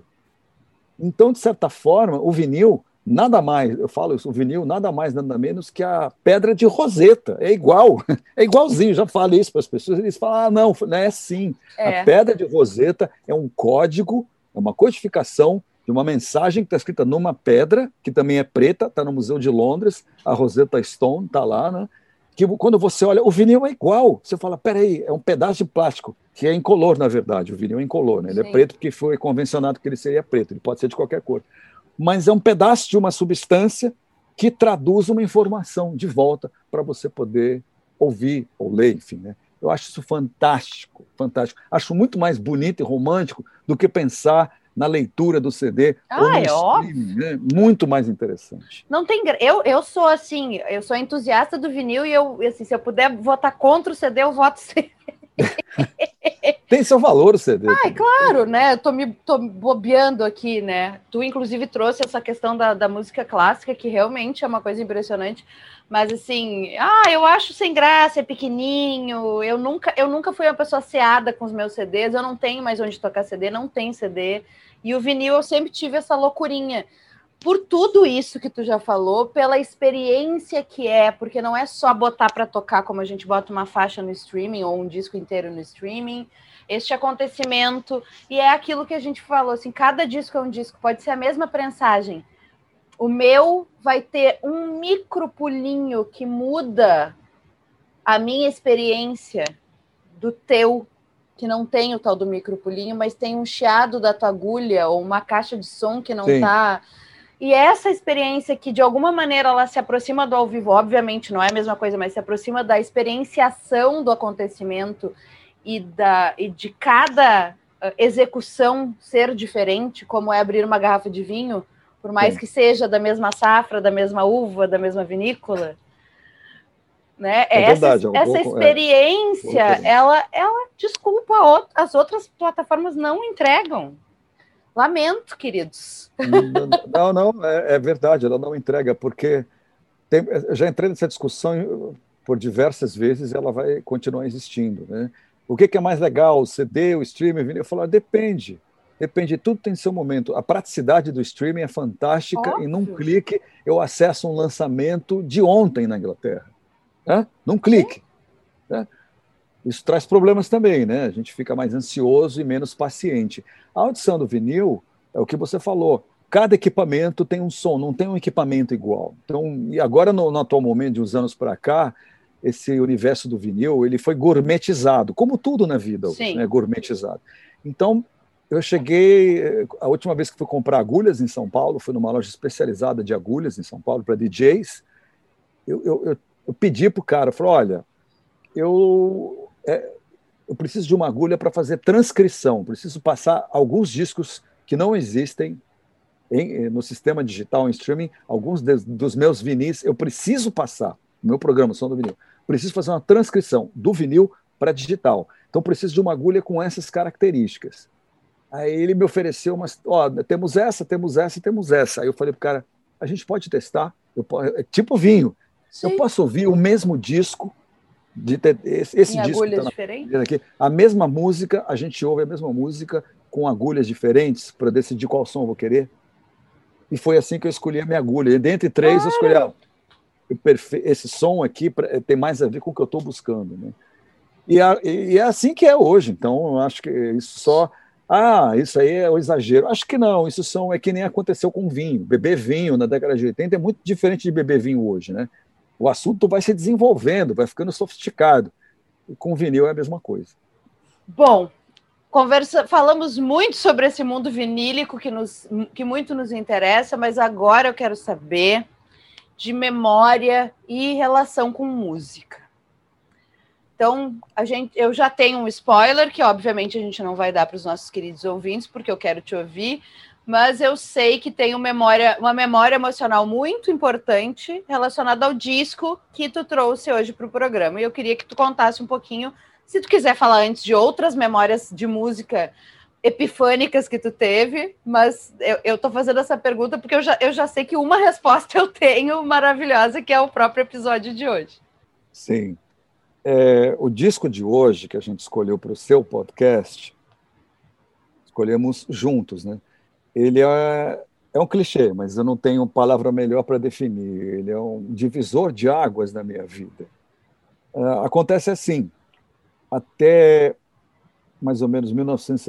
Speaker 3: Então, de certa forma, o vinil, nada mais, eu falo isso, o vinil nada mais, nada menos que a pedra de Roseta. É igual, é igualzinho, já falei isso para as pessoas, eles falam, não é assim. A pedra de Roseta é um código, é uma codificação de uma mensagem que está escrita numa pedra, que também é preta, está no Museu de Londres, a Rosetta Stone está lá, né? Que quando você olha, o vinil é igual. Você fala, peraí, é um pedaço de plástico, que é incolor, na verdade. O vinil é incolor, né? Ele é preto porque foi convencionado que ele seria preto. Ele pode ser de qualquer cor. Mas é um pedaço de uma substância que traduz uma informação de volta para você poder ouvir ou ler, enfim, né? Eu acho isso fantástico, fantástico. Acho muito mais bonito e romântico do que pensar na leitura do CD ou no streaming, né? Muito mais interessante.
Speaker 2: Não tem, eu sou assim, eu sou entusiasta do vinil e eu, assim, se eu puder votar contra o CD, eu voto CD.
Speaker 3: Tem seu valor o CD.
Speaker 2: Claro, né? Eu tô bobeando aqui, né? Tu, inclusive, trouxe essa questão da música clássica, que realmente é uma coisa impressionante. Mas, assim, eu acho sem graça, é pequenininho. Eu nunca fui uma pessoa asseada com os meus CDs. Eu não tenho mais onde tocar CD, não tem CD. E o vinil eu sempre tive essa loucurinha. Por tudo isso que tu já falou, pela experiência que é, porque não é só botar para tocar como a gente bota uma faixa no streaming ou um disco inteiro no streaming, este acontecimento, e é aquilo que a gente falou, assim, cada disco é um disco, pode ser a mesma prensagem. O meu vai ter um micro pulinho que muda a minha experiência do teu, que não tem o tal do micro pulinho, mas tem um chiado da tua agulha ou uma caixa de som que não tá... E essa experiência que, de alguma maneira, ela se aproxima do ao vivo, obviamente não é a mesma coisa, mas se aproxima da experienciação do acontecimento e de cada execução ser diferente, como é abrir uma garrafa de vinho, por mais que seja da mesma safra, da mesma uva, da mesma vinícola. Né?
Speaker 3: Verdade,
Speaker 2: essa experiência, ela desculpa, as outras plataformas não entregam. Lamento, queridos.
Speaker 3: Não, é verdade, ela não entrega, porque eu já entrei nessa discussão por diversas vezes e ela vai continuar existindo, né? O que é mais legal, o CD, o streaming? Eu falo, depende, tudo tem seu momento. A praticidade do streaming é fantástica. Óbvio. E num clique eu acesso um lançamento de ontem na Inglaterra, né? Num clique, né? Isso traz problemas também, né? A gente fica mais ansioso e menos paciente. A audição do vinil é o que você falou. Cada equipamento tem um som, não tem um equipamento igual. Então, e agora, no atual momento, de uns anos para cá, esse universo do vinil ele foi gourmetizado, como tudo na vida, né? Gourmetizado. Então, Eu cheguei, a última vez que fui comprar agulhas em São Paulo, fui numa loja especializada de agulhas em São Paulo para DJs. Eu pedi para o cara, falei, olha, eu preciso de uma agulha para fazer transcrição, preciso passar alguns discos que não existem no sistema digital, em streaming, alguns dos meus vinis, eu preciso passar, no meu programa, som do vinil, preciso fazer uma transcrição do vinil para digital. Então, preciso de uma agulha com essas características. Aí ele me ofereceu umas, temos essa, temos essa e temos essa. Aí eu falei para o cara, a gente pode testar? É tipo vinho. Sim. Eu posso ouvir o mesmo disco, esse
Speaker 2: em
Speaker 3: disco
Speaker 2: agulhas diferentes?
Speaker 3: Aqui, a mesma música, a gente ouve a mesma música com agulhas diferentes para decidir qual som eu vou querer. E foi assim que eu escolhi a minha agulha. E dentre três, eu escolhi esse som aqui tem mais a ver com o que eu estou buscando. Né? E é assim que é hoje. Então, eu acho que isso só... isso aí é o exagero. Acho que não, isso é que nem aconteceu com vinho. Beber vinho na década de 80 é muito diferente de beber vinho hoje, né? O assunto vai se desenvolvendo, vai ficando sofisticado. E com vinil é a mesma coisa.
Speaker 2: Bom, falamos muito sobre esse mundo vinílico que muito nos interessa, mas agora eu quero saber de memória e relação com música. Então, eu já tenho um spoiler, que obviamente a gente não vai dar para os nossos queridos ouvintes, porque eu quero te ouvir, mas eu sei que tem uma memória emocional muito importante relacionada ao disco que tu trouxe hoje para o programa. E eu queria que tu contasse um pouquinho, se tu quiser falar antes de outras memórias de música epifânicas que tu teve, mas eu estou fazendo essa pergunta porque eu já sei que uma resposta eu tenho maravilhosa, que é o próprio episódio de hoje.
Speaker 3: Sim. O disco de hoje, que a gente escolheu para o seu podcast, escolhemos juntos, né? Ele é um clichê, mas eu não tenho palavra melhor para definir. Ele é um divisor de águas na minha vida. Acontece assim, até mais ou menos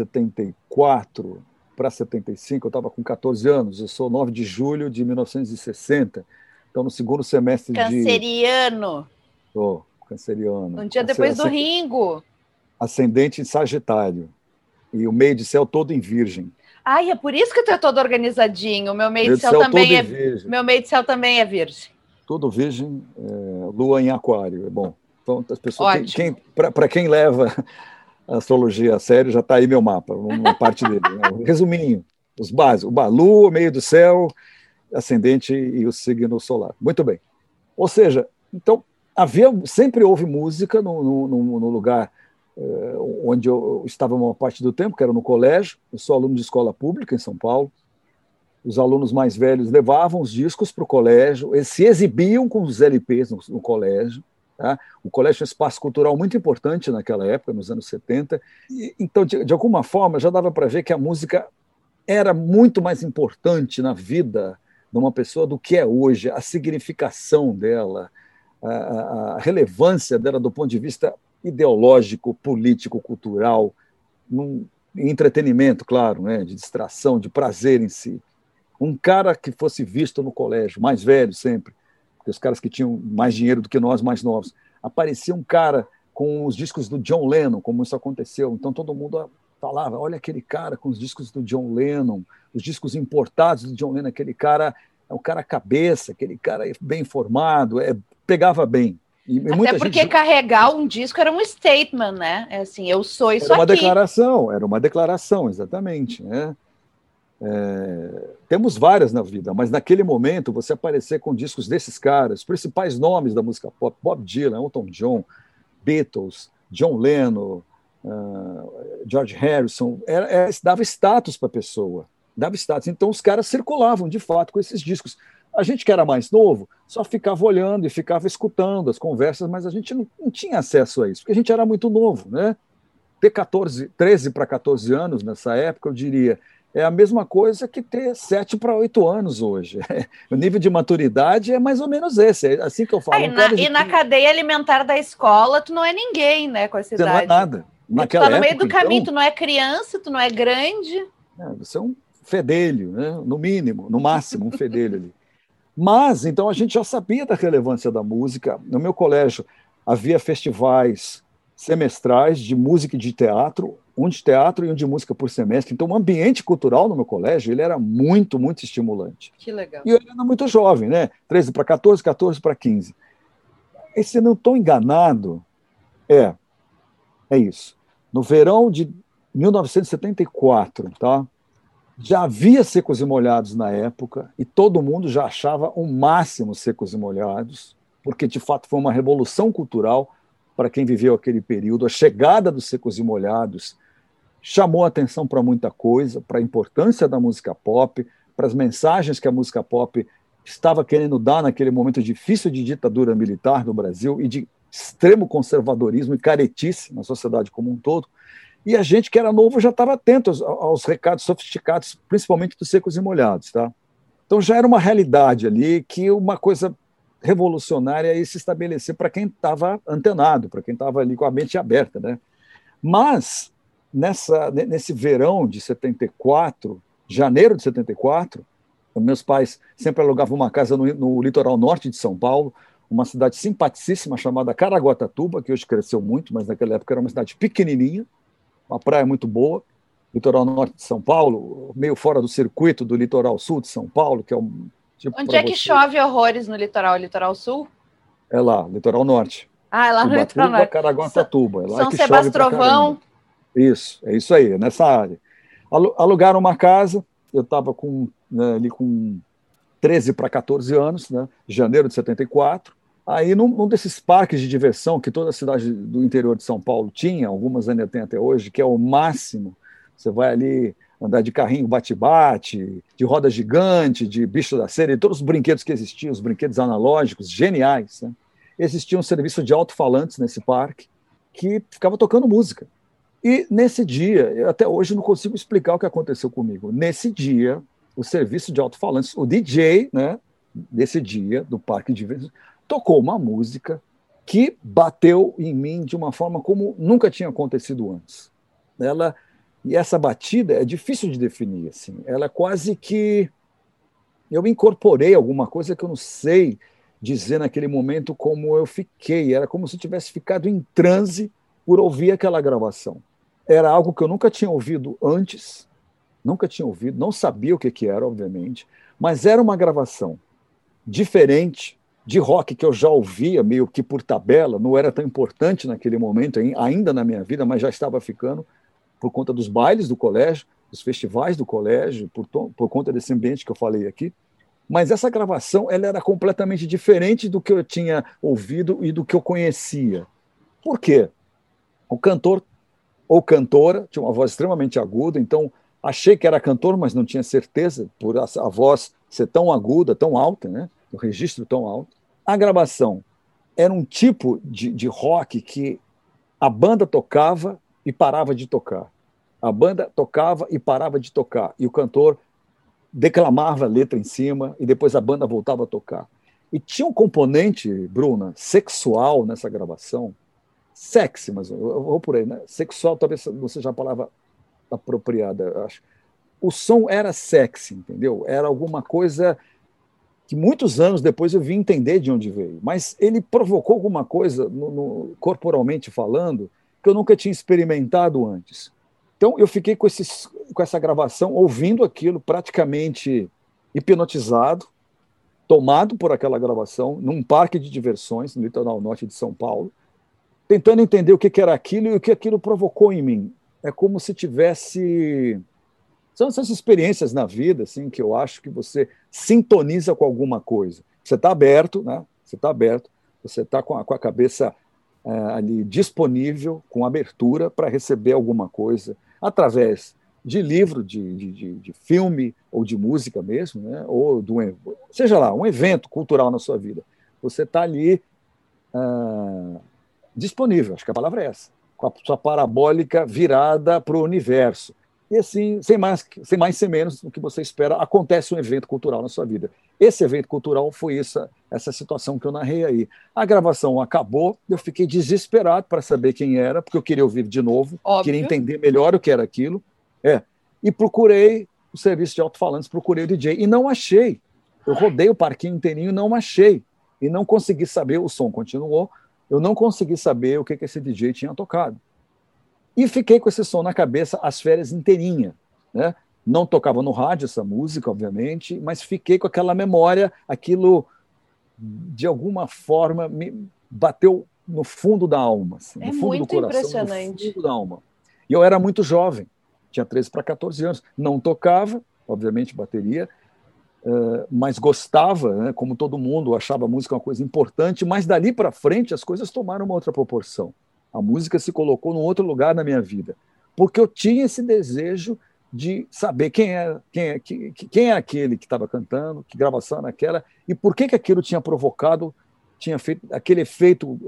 Speaker 3: 1974 para 75, eu estava com 14 anos, eu sou 9 de julho de 1960, então no segundo semestre
Speaker 2: Canceriano.
Speaker 3: Canceriano.
Speaker 2: Um dia depois do Ringo.
Speaker 3: Ascendente em Sagitário. E o meio de céu todo em Virgem.
Speaker 2: É por isso que tu é todo organizadinho. O meu meio de céu também é Virgem.
Speaker 3: Todo Virgem, Lua em Aquário. É bom. Então, as pessoas. Para quem leva a astrologia a sério, já está aí meu mapa, uma parte dele. Né? Resuminho, os básicos. Lua, meio do céu, ascendente e o signo solar. Muito bem. Ou seja, então. Sempre houve música no lugar onde eu estava uma parte do tempo, que era no colégio. Eu sou aluno de escola pública em São Paulo. Os alunos mais velhos levavam os discos para o colégio, eles se exibiam com os LPs no colégio. Tá? O colégio é um espaço cultural muito importante naquela época, nos anos 70. Então, de alguma forma, já dava para ver que a música era muito mais importante na vida de uma pessoa do que é hoje, a significação dela, a relevância dela do ponto de vista ideológico, político, cultural, entretenimento, claro, né, de distração, de prazer em si. Um cara que fosse visto no colégio, mais velho sempre, porque os caras que tinham mais dinheiro do que nós, mais novos, aparecia um cara com os discos do John Lennon, como isso aconteceu. Então todo mundo falava, olha aquele cara com os discos do John Lennon, os discos importados do John Lennon, aquele cara é um cara cabeça, aquele cara bem informado, pegava bem.
Speaker 2: Até porque carregar um disco era um statement, né? Assim, eu sou isso
Speaker 3: aqui.
Speaker 2: Era
Speaker 3: uma declaração, exatamente. Né? Temos várias na vida, mas naquele momento você aparecer com discos desses caras, os principais nomes da música pop, Bob Dylan, Elton John, Beatles, John Lennon, George Harrison, dava status para a pessoa. Dava status. Então os caras circulavam, de fato, com esses discos. A gente que era mais novo só ficava olhando e ficava escutando as conversas, mas a gente não tinha acesso a isso, porque a gente era muito novo. Né? Ter 13 para 14 anos nessa época, eu diria, é a mesma coisa que ter 7 para 8 anos hoje. O nível de maturidade é mais ou menos esse, é assim que eu falo.
Speaker 2: Na cadeia alimentar da escola, tu não é ninguém, né, com essa idade.
Speaker 3: Você não é nada.
Speaker 2: Tu tá no meio do caminho, tu não é criança, tu não é grande.
Speaker 3: Você é um fedelho, né? No mínimo, no máximo, um fedelho ali. Mas, então, a gente já sabia da relevância da música. No meu colégio havia festivais semestrais de música e de teatro. um de teatro e um de música por semestre. Então, o ambiente cultural no meu colégio ele era muito, muito estimulante.
Speaker 2: Que legal.
Speaker 3: E eu era muito jovem, né? 13 para 14, 14 para 15. E se não estou enganado, é isso. No verão de 1974, tá? Já havia Secos e Molhados na época e todo mundo já achava o máximo Secos e Molhados, porque de fato foi uma revolução cultural para quem viveu aquele período. A chegada dos Secos e Molhados chamou a atenção para muita coisa, para a importância da música pop, para as mensagens que a música pop estava querendo dar naquele momento difícil de ditadura militar no Brasil e de extremo conservadorismo e caretice na sociedade como um todo. E a gente que era novo já estava atento aos recados sofisticados, principalmente dos Secos e Molhados. Tá? Então já era uma realidade ali que uma coisa revolucionária ia se estabelecer para quem estava antenado, para quem estava ali com a mente aberta. Né? Mas, nesse verão de 74, janeiro de 74, meus pais sempre alugavam uma casa no litoral norte de São Paulo, uma cidade simpaticíssima chamada Caraguatatuba, que hoje cresceu muito, mas naquela época era uma cidade pequenininha, uma praia muito boa, litoral norte de São Paulo, meio fora do circuito do litoral sul de São Paulo, que é um tipo.
Speaker 2: Onde é que chove horrores no litoral? Litoral sul?
Speaker 3: É lá, litoral norte.
Speaker 2: Ah, é lá no litoral norte.
Speaker 3: Caraguatatuba. É lá
Speaker 2: São
Speaker 3: que
Speaker 2: Sebastrovão.
Speaker 3: chove. Isso, é isso aí, nessa área. Alugaram uma casa, eu estava ali com 13 para 14 anos, né, janeiro de 74. Aí, num desses parques de diversão que toda a cidade do interior de São Paulo tinha, algumas ainda tem até hoje, que é o máximo. Você vai ali andar de carrinho bate-bate, de roda gigante, de bicho da cera, e todos os brinquedos que existiam, os brinquedos analógicos, geniais. Né? Existia um serviço de alto-falantes nesse parque que ficava tocando música. E nesse dia, eu até hoje não consigo explicar o que aconteceu comigo. Nesse dia, o serviço de alto-falantes, o DJ, né, desse dia, do parque de diversões, tocou uma música que bateu em mim de uma forma como nunca tinha acontecido antes. E essa batida é difícil de definir. Assim. Ela é quase que... Eu incorporei alguma coisa que eu não sei dizer naquele momento como eu fiquei. Era como se eu tivesse ficado em transe por ouvir aquela gravação. Era algo que eu nunca tinha ouvido antes, nunca tinha ouvido, não sabia o que era, obviamente, mas era uma gravação diferente de rock que eu já ouvia, meio que por tabela, não era tão importante naquele momento, ainda na minha vida, mas já estava ficando, por conta dos bailes do colégio, dos festivais do colégio, por conta desse ambiente que eu falei aqui. Mas essa gravação ela era completamente diferente do que eu tinha ouvido e do que eu conhecia. Por quê? O cantor ou cantora tinha uma voz extremamente aguda, então achei que era cantor, mas não tinha certeza, por a voz ser tão aguda, tão alta, né? O registro tão alto. A gravação era um tipo de rock que a banda tocava e parava de tocar. A banda tocava e parava de tocar. E o cantor declamava a letra em cima e depois a banda voltava a tocar. E tinha um componente, Bruna, sexual nessa gravação. Sexy, mas eu vou por aí, né? Sexual talvez não seja a palavra apropriada, eu acho. O som era sexy, entendeu? Era alguma coisa que muitos anos depois eu vim entender de onde veio. Mas ele provocou alguma coisa, corporalmente falando, que eu nunca tinha experimentado antes. Então eu fiquei com essa gravação, ouvindo aquilo, praticamente hipnotizado, tomado por aquela gravação, num parque de diversões, no litoral norte de São Paulo, tentando entender o que era aquilo e o que aquilo provocou em mim. É como se tivesse... São essas experiências na vida assim, que eu acho que você sintoniza com alguma coisa. Você está aberto, né? Você está aberto, você está com a cabeça ali disponível, com abertura para receber alguma coisa, através de livro, de filme ou de música mesmo, né? Ou seja lá, um evento cultural na sua vida. Você está ali disponível, acho que a palavra é essa, com a sua parabólica virada para o universo. E assim, sem mais, sem menos do que você espera, acontece um evento cultural na sua vida. Esse evento cultural foi essa situação que eu narrei aí. A gravação acabou, eu fiquei desesperado para saber quem era, porque eu queria ouvir de novo,
Speaker 2: Óbvio.
Speaker 3: Queria entender melhor o que era aquilo. E procurei o serviço de alto-falantes, procurei o DJ, e não achei. Eu rodei o parquinho inteirinho e não achei. E não consegui saber, o som continuou, eu não consegui saber o que esse DJ tinha tocado. E fiquei com esse som na cabeça as férias inteirinha, né? Não tocava no rádio essa música, obviamente, mas fiquei com aquela memória, aquilo de alguma forma me bateu no fundo da alma, assim, no fundo do coração,
Speaker 2: impressionante.
Speaker 3: no fundo da alma. E eu era muito jovem, tinha 13 para 14 anos, não tocava, obviamente, bateria, mas gostava, né, como todo mundo, achava a música uma coisa importante, mas dali para frente as coisas tomaram uma outra proporção. A música se colocou num outro lugar na minha vida, porque eu tinha esse desejo de saber quem é aquele que estava cantando, que gravação era aquela, e por que aquilo tinha provocado, tinha feito aquele efeito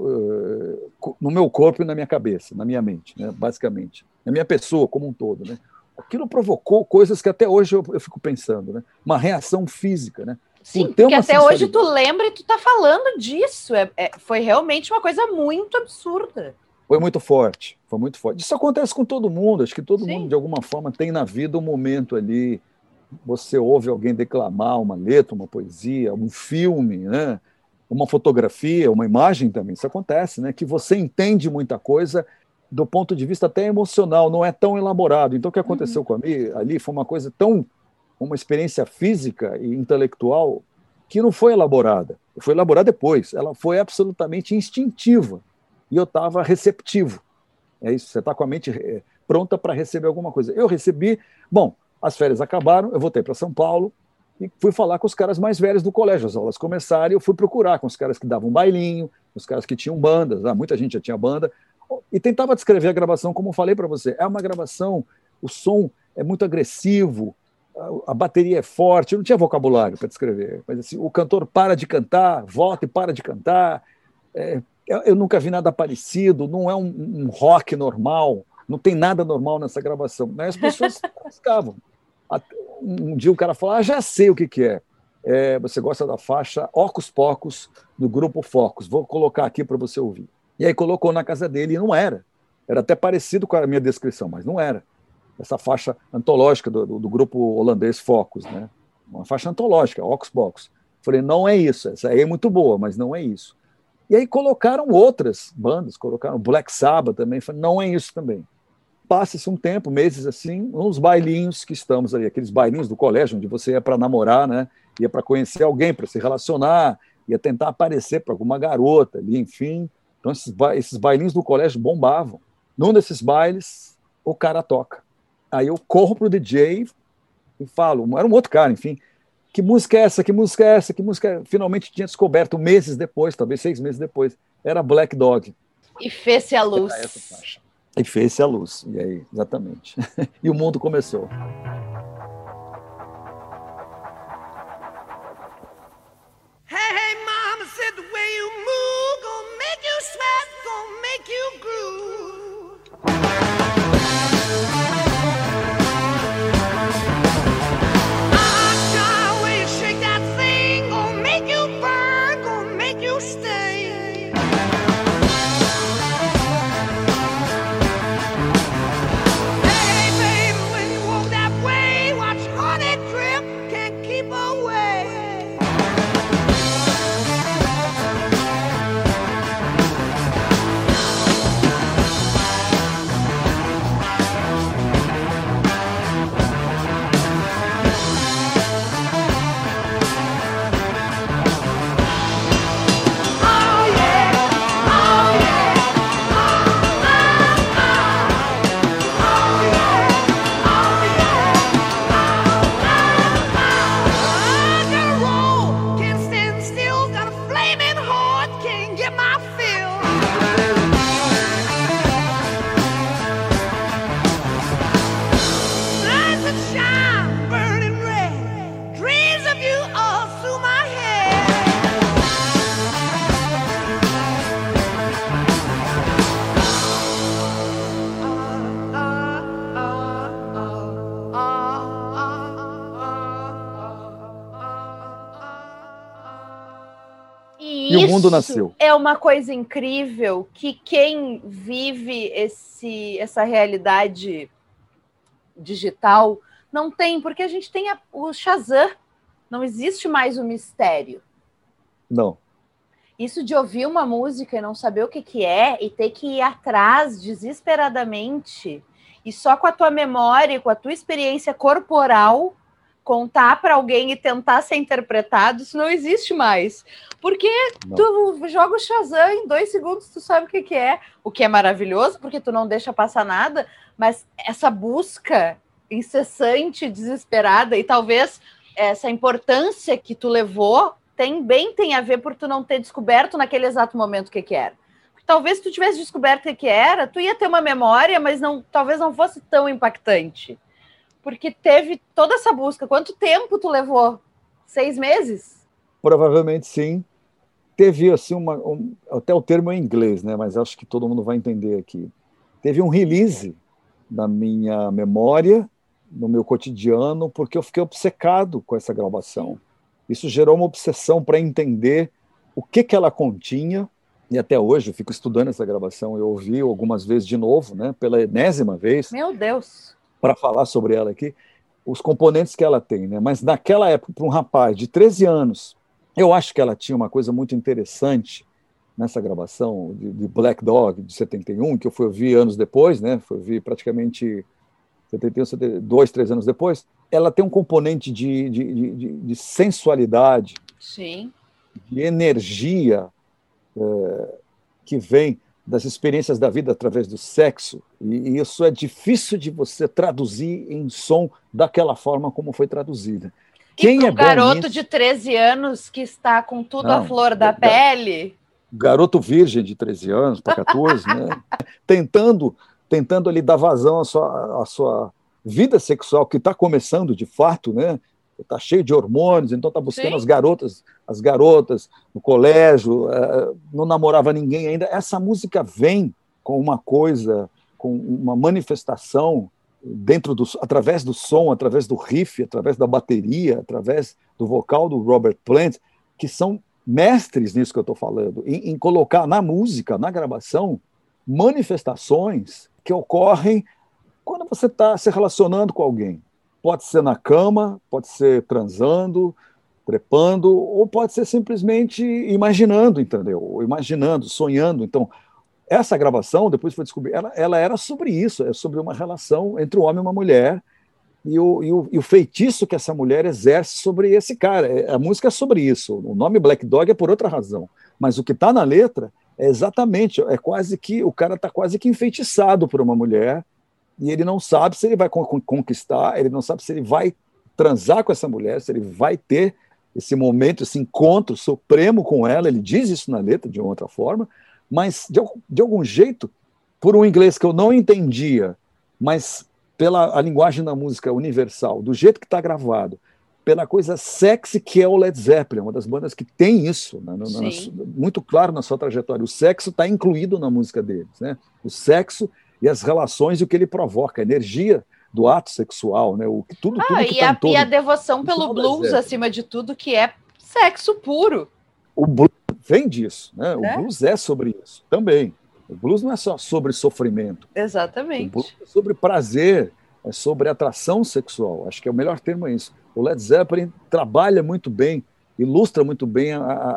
Speaker 3: no meu corpo e na minha cabeça, na minha mente, né, basicamente, na minha pessoa como um todo, né? Aquilo provocou coisas que até hoje eu fico pensando, né? Uma reação física, né?
Speaker 2: Sim, porque até hoje tu lembra e tu tá falando disso. Foi realmente uma coisa muito absurda.
Speaker 3: Foi muito forte, foi muito forte. Isso acontece com todo mundo, acho que todo mundo, de alguma forma, tem na vida um momento ali, você ouve alguém declamar uma letra, uma poesia, um filme, né? Uma fotografia, uma imagem também, isso acontece, né? Que você entende muita coisa do ponto de vista até emocional, não é tão elaborado. Então, o que aconteceu comigo ali foi uma coisa uma experiência física e intelectual que não foi elaborada. Foi elaborada depois. Ela foi absolutamente instintiva. E eu estava receptivo. É isso, você está com a mente pronta para receber alguma coisa. Eu recebi, bom, as férias acabaram, eu voltei para São Paulo e fui falar com os caras mais velhos do colégio. As aulas começaram e eu fui procurar com os caras que davam bailinho, os caras que tinham bandas, muita gente já tinha banda, e tentava descrever a gravação como eu falei para você. É uma gravação, o som é muito agressivo, a bateria é forte, eu não tinha vocabulário para descrever, mas assim, o cantor para de cantar, volta e para de cantar, eu nunca vi nada parecido, não é um rock normal, não tem nada normal nessa gravação. Né? As pessoas ficavam. Um dia o cara falou, já sei o que é. Você gosta da faixa Ocus Pocus, do grupo Focus, vou colocar aqui para você ouvir. E aí colocou na casa dele e não era. Era até parecido com a minha descrição, mas não era. Essa faixa antológica do grupo holandês Focus, né? Uma faixa antológica, Ocus Pocus. Falei, não é isso, essa aí é muito boa, mas não é isso. E aí colocaram outras bandas, colocaram Black Sabbath também, falei, não é isso também. Passa-se um tempo, meses assim, uns bailinhos que estamos ali, aqueles bailinhos do colégio, onde você ia para namorar, né? Ia para conhecer alguém, para se relacionar, ia tentar aparecer para alguma garota ali, enfim. Então, esses bailinhos do colégio bombavam. Num desses bailes, o cara toca. Aí eu corro pro DJ e falo, era um outro cara, enfim, que música é essa, que música é essa, que música é... Finalmente tinha descoberto meses depois, talvez 6 meses depois, era Black Dog.
Speaker 2: E fez-se a luz.
Speaker 3: Era essa faixa. E fez-se a luz, e aí, exatamente. E o mundo começou.
Speaker 4: Hey, mama said the way you move gonna make you sweat, gonna make you groove.
Speaker 3: E o mundo nasceu.
Speaker 2: É uma coisa incrível que quem vive essa realidade digital não tem, porque a gente tem o Shazam, não existe mais o mistério.
Speaker 3: Não.
Speaker 2: Isso de ouvir uma música e não saber o que que é, e ter que ir atrás desesperadamente, e só com a tua memória, com a tua experiência corporal, contar para alguém e tentar ser interpretado, isso não existe mais. Porque
Speaker 3: Não.
Speaker 2: tu joga o Shazam, em 2 segundos tu sabe o que que é, o que é maravilhoso, porque tu não deixa passar nada, mas essa busca incessante, desesperada, e talvez essa importância que tu levou também tem a ver por tu não ter descoberto naquele exato momento o que que era. Porque talvez se tu tivesse descoberto o que era, tu ia ter uma memória, mas talvez não fosse tão impactante. Porque teve toda essa busca. Quanto tempo tu levou? 6 meses?
Speaker 3: Provavelmente sim. Teve assim até o termo é em inglês, né? Mas acho que todo mundo vai entender aqui. Teve um release na minha memória, no meu cotidiano, porque eu fiquei obcecado com essa gravação. Isso gerou uma obsessão para entender o que ela continha, e até hoje eu fico estudando essa gravação. Eu ouvi algumas vezes de novo, né? Pela enésima vez.
Speaker 2: Meu Deus!
Speaker 3: Para falar sobre ela aqui, os componentes que ela tem, né? Mas naquela época, para um rapaz de 13 anos, eu acho que ela tinha uma coisa muito interessante nessa gravação de Black Dog, de 71, que eu fui ouvir anos depois, né? Fui ouvir praticamente 71, 72, 3 anos depois. Ela tem um componente de sensualidade,
Speaker 2: Sim.
Speaker 3: de energia que vem das experiências da vida através do sexo, e isso é difícil de você traduzir em som daquela forma como foi traduzida.
Speaker 2: Quem é bom garoto de 13 anos que está com tudo à flor da pele?
Speaker 3: Garoto virgem de 13 anos para 14, né? tentando ali dar vazão à sua vida sexual, que está começando de fato, né? Está cheio de hormônios, então está buscando as garotas no colégio, não namorava ninguém ainda. Essa música vem com uma coisa, com uma manifestação através do som, através do riff, através da bateria, através do vocal do Robert Plant, que são mestres nisso que eu estou falando, em colocar na música, na gravação, manifestações que ocorrem quando você está se relacionando com alguém. Pode ser na cama, pode ser transando, trepando, ou pode ser simplesmente imaginando, entendeu? Imaginando, sonhando. Então, essa gravação, depois foi descobrir, ela era sobre isso, é sobre uma relação entre um homem e uma mulher, e o feitiço que essa mulher exerce sobre esse cara. A música é sobre isso. O nome Black Dog é por outra razão, mas o que está na letra é exatamente, é quase que, o cara está quase que enfeitiçado por uma mulher, e ele não sabe se ele vai conquistar, ele não sabe se ele vai transar com essa mulher, se ele vai ter esse momento, esse encontro supremo com ela. Ele diz isso na letra de outra forma, mas de algum jeito, por um inglês que eu não entendia, mas pela a linguagem da música universal, do jeito que está gravado, pela coisa sexy que é o Led Zeppelin, uma das bandas que tem isso, né, muito claro na sua trajetória. O sexo está incluído na música deles, né? O sexo e as relações e o que ele provoca, a energia do ato sexual, né? Tudo que tá
Speaker 2: e a devoção pelo blues, acima de tudo, que é sexo puro.
Speaker 3: O blues vem disso, né? O blues é sobre isso também. O blues não é só sobre sofrimento.
Speaker 2: Exatamente.
Speaker 3: O blues é sobre prazer, é sobre atração sexual. Acho que é o melhor termo é isso. O Led Zeppelin trabalha muito bem, ilustra muito bem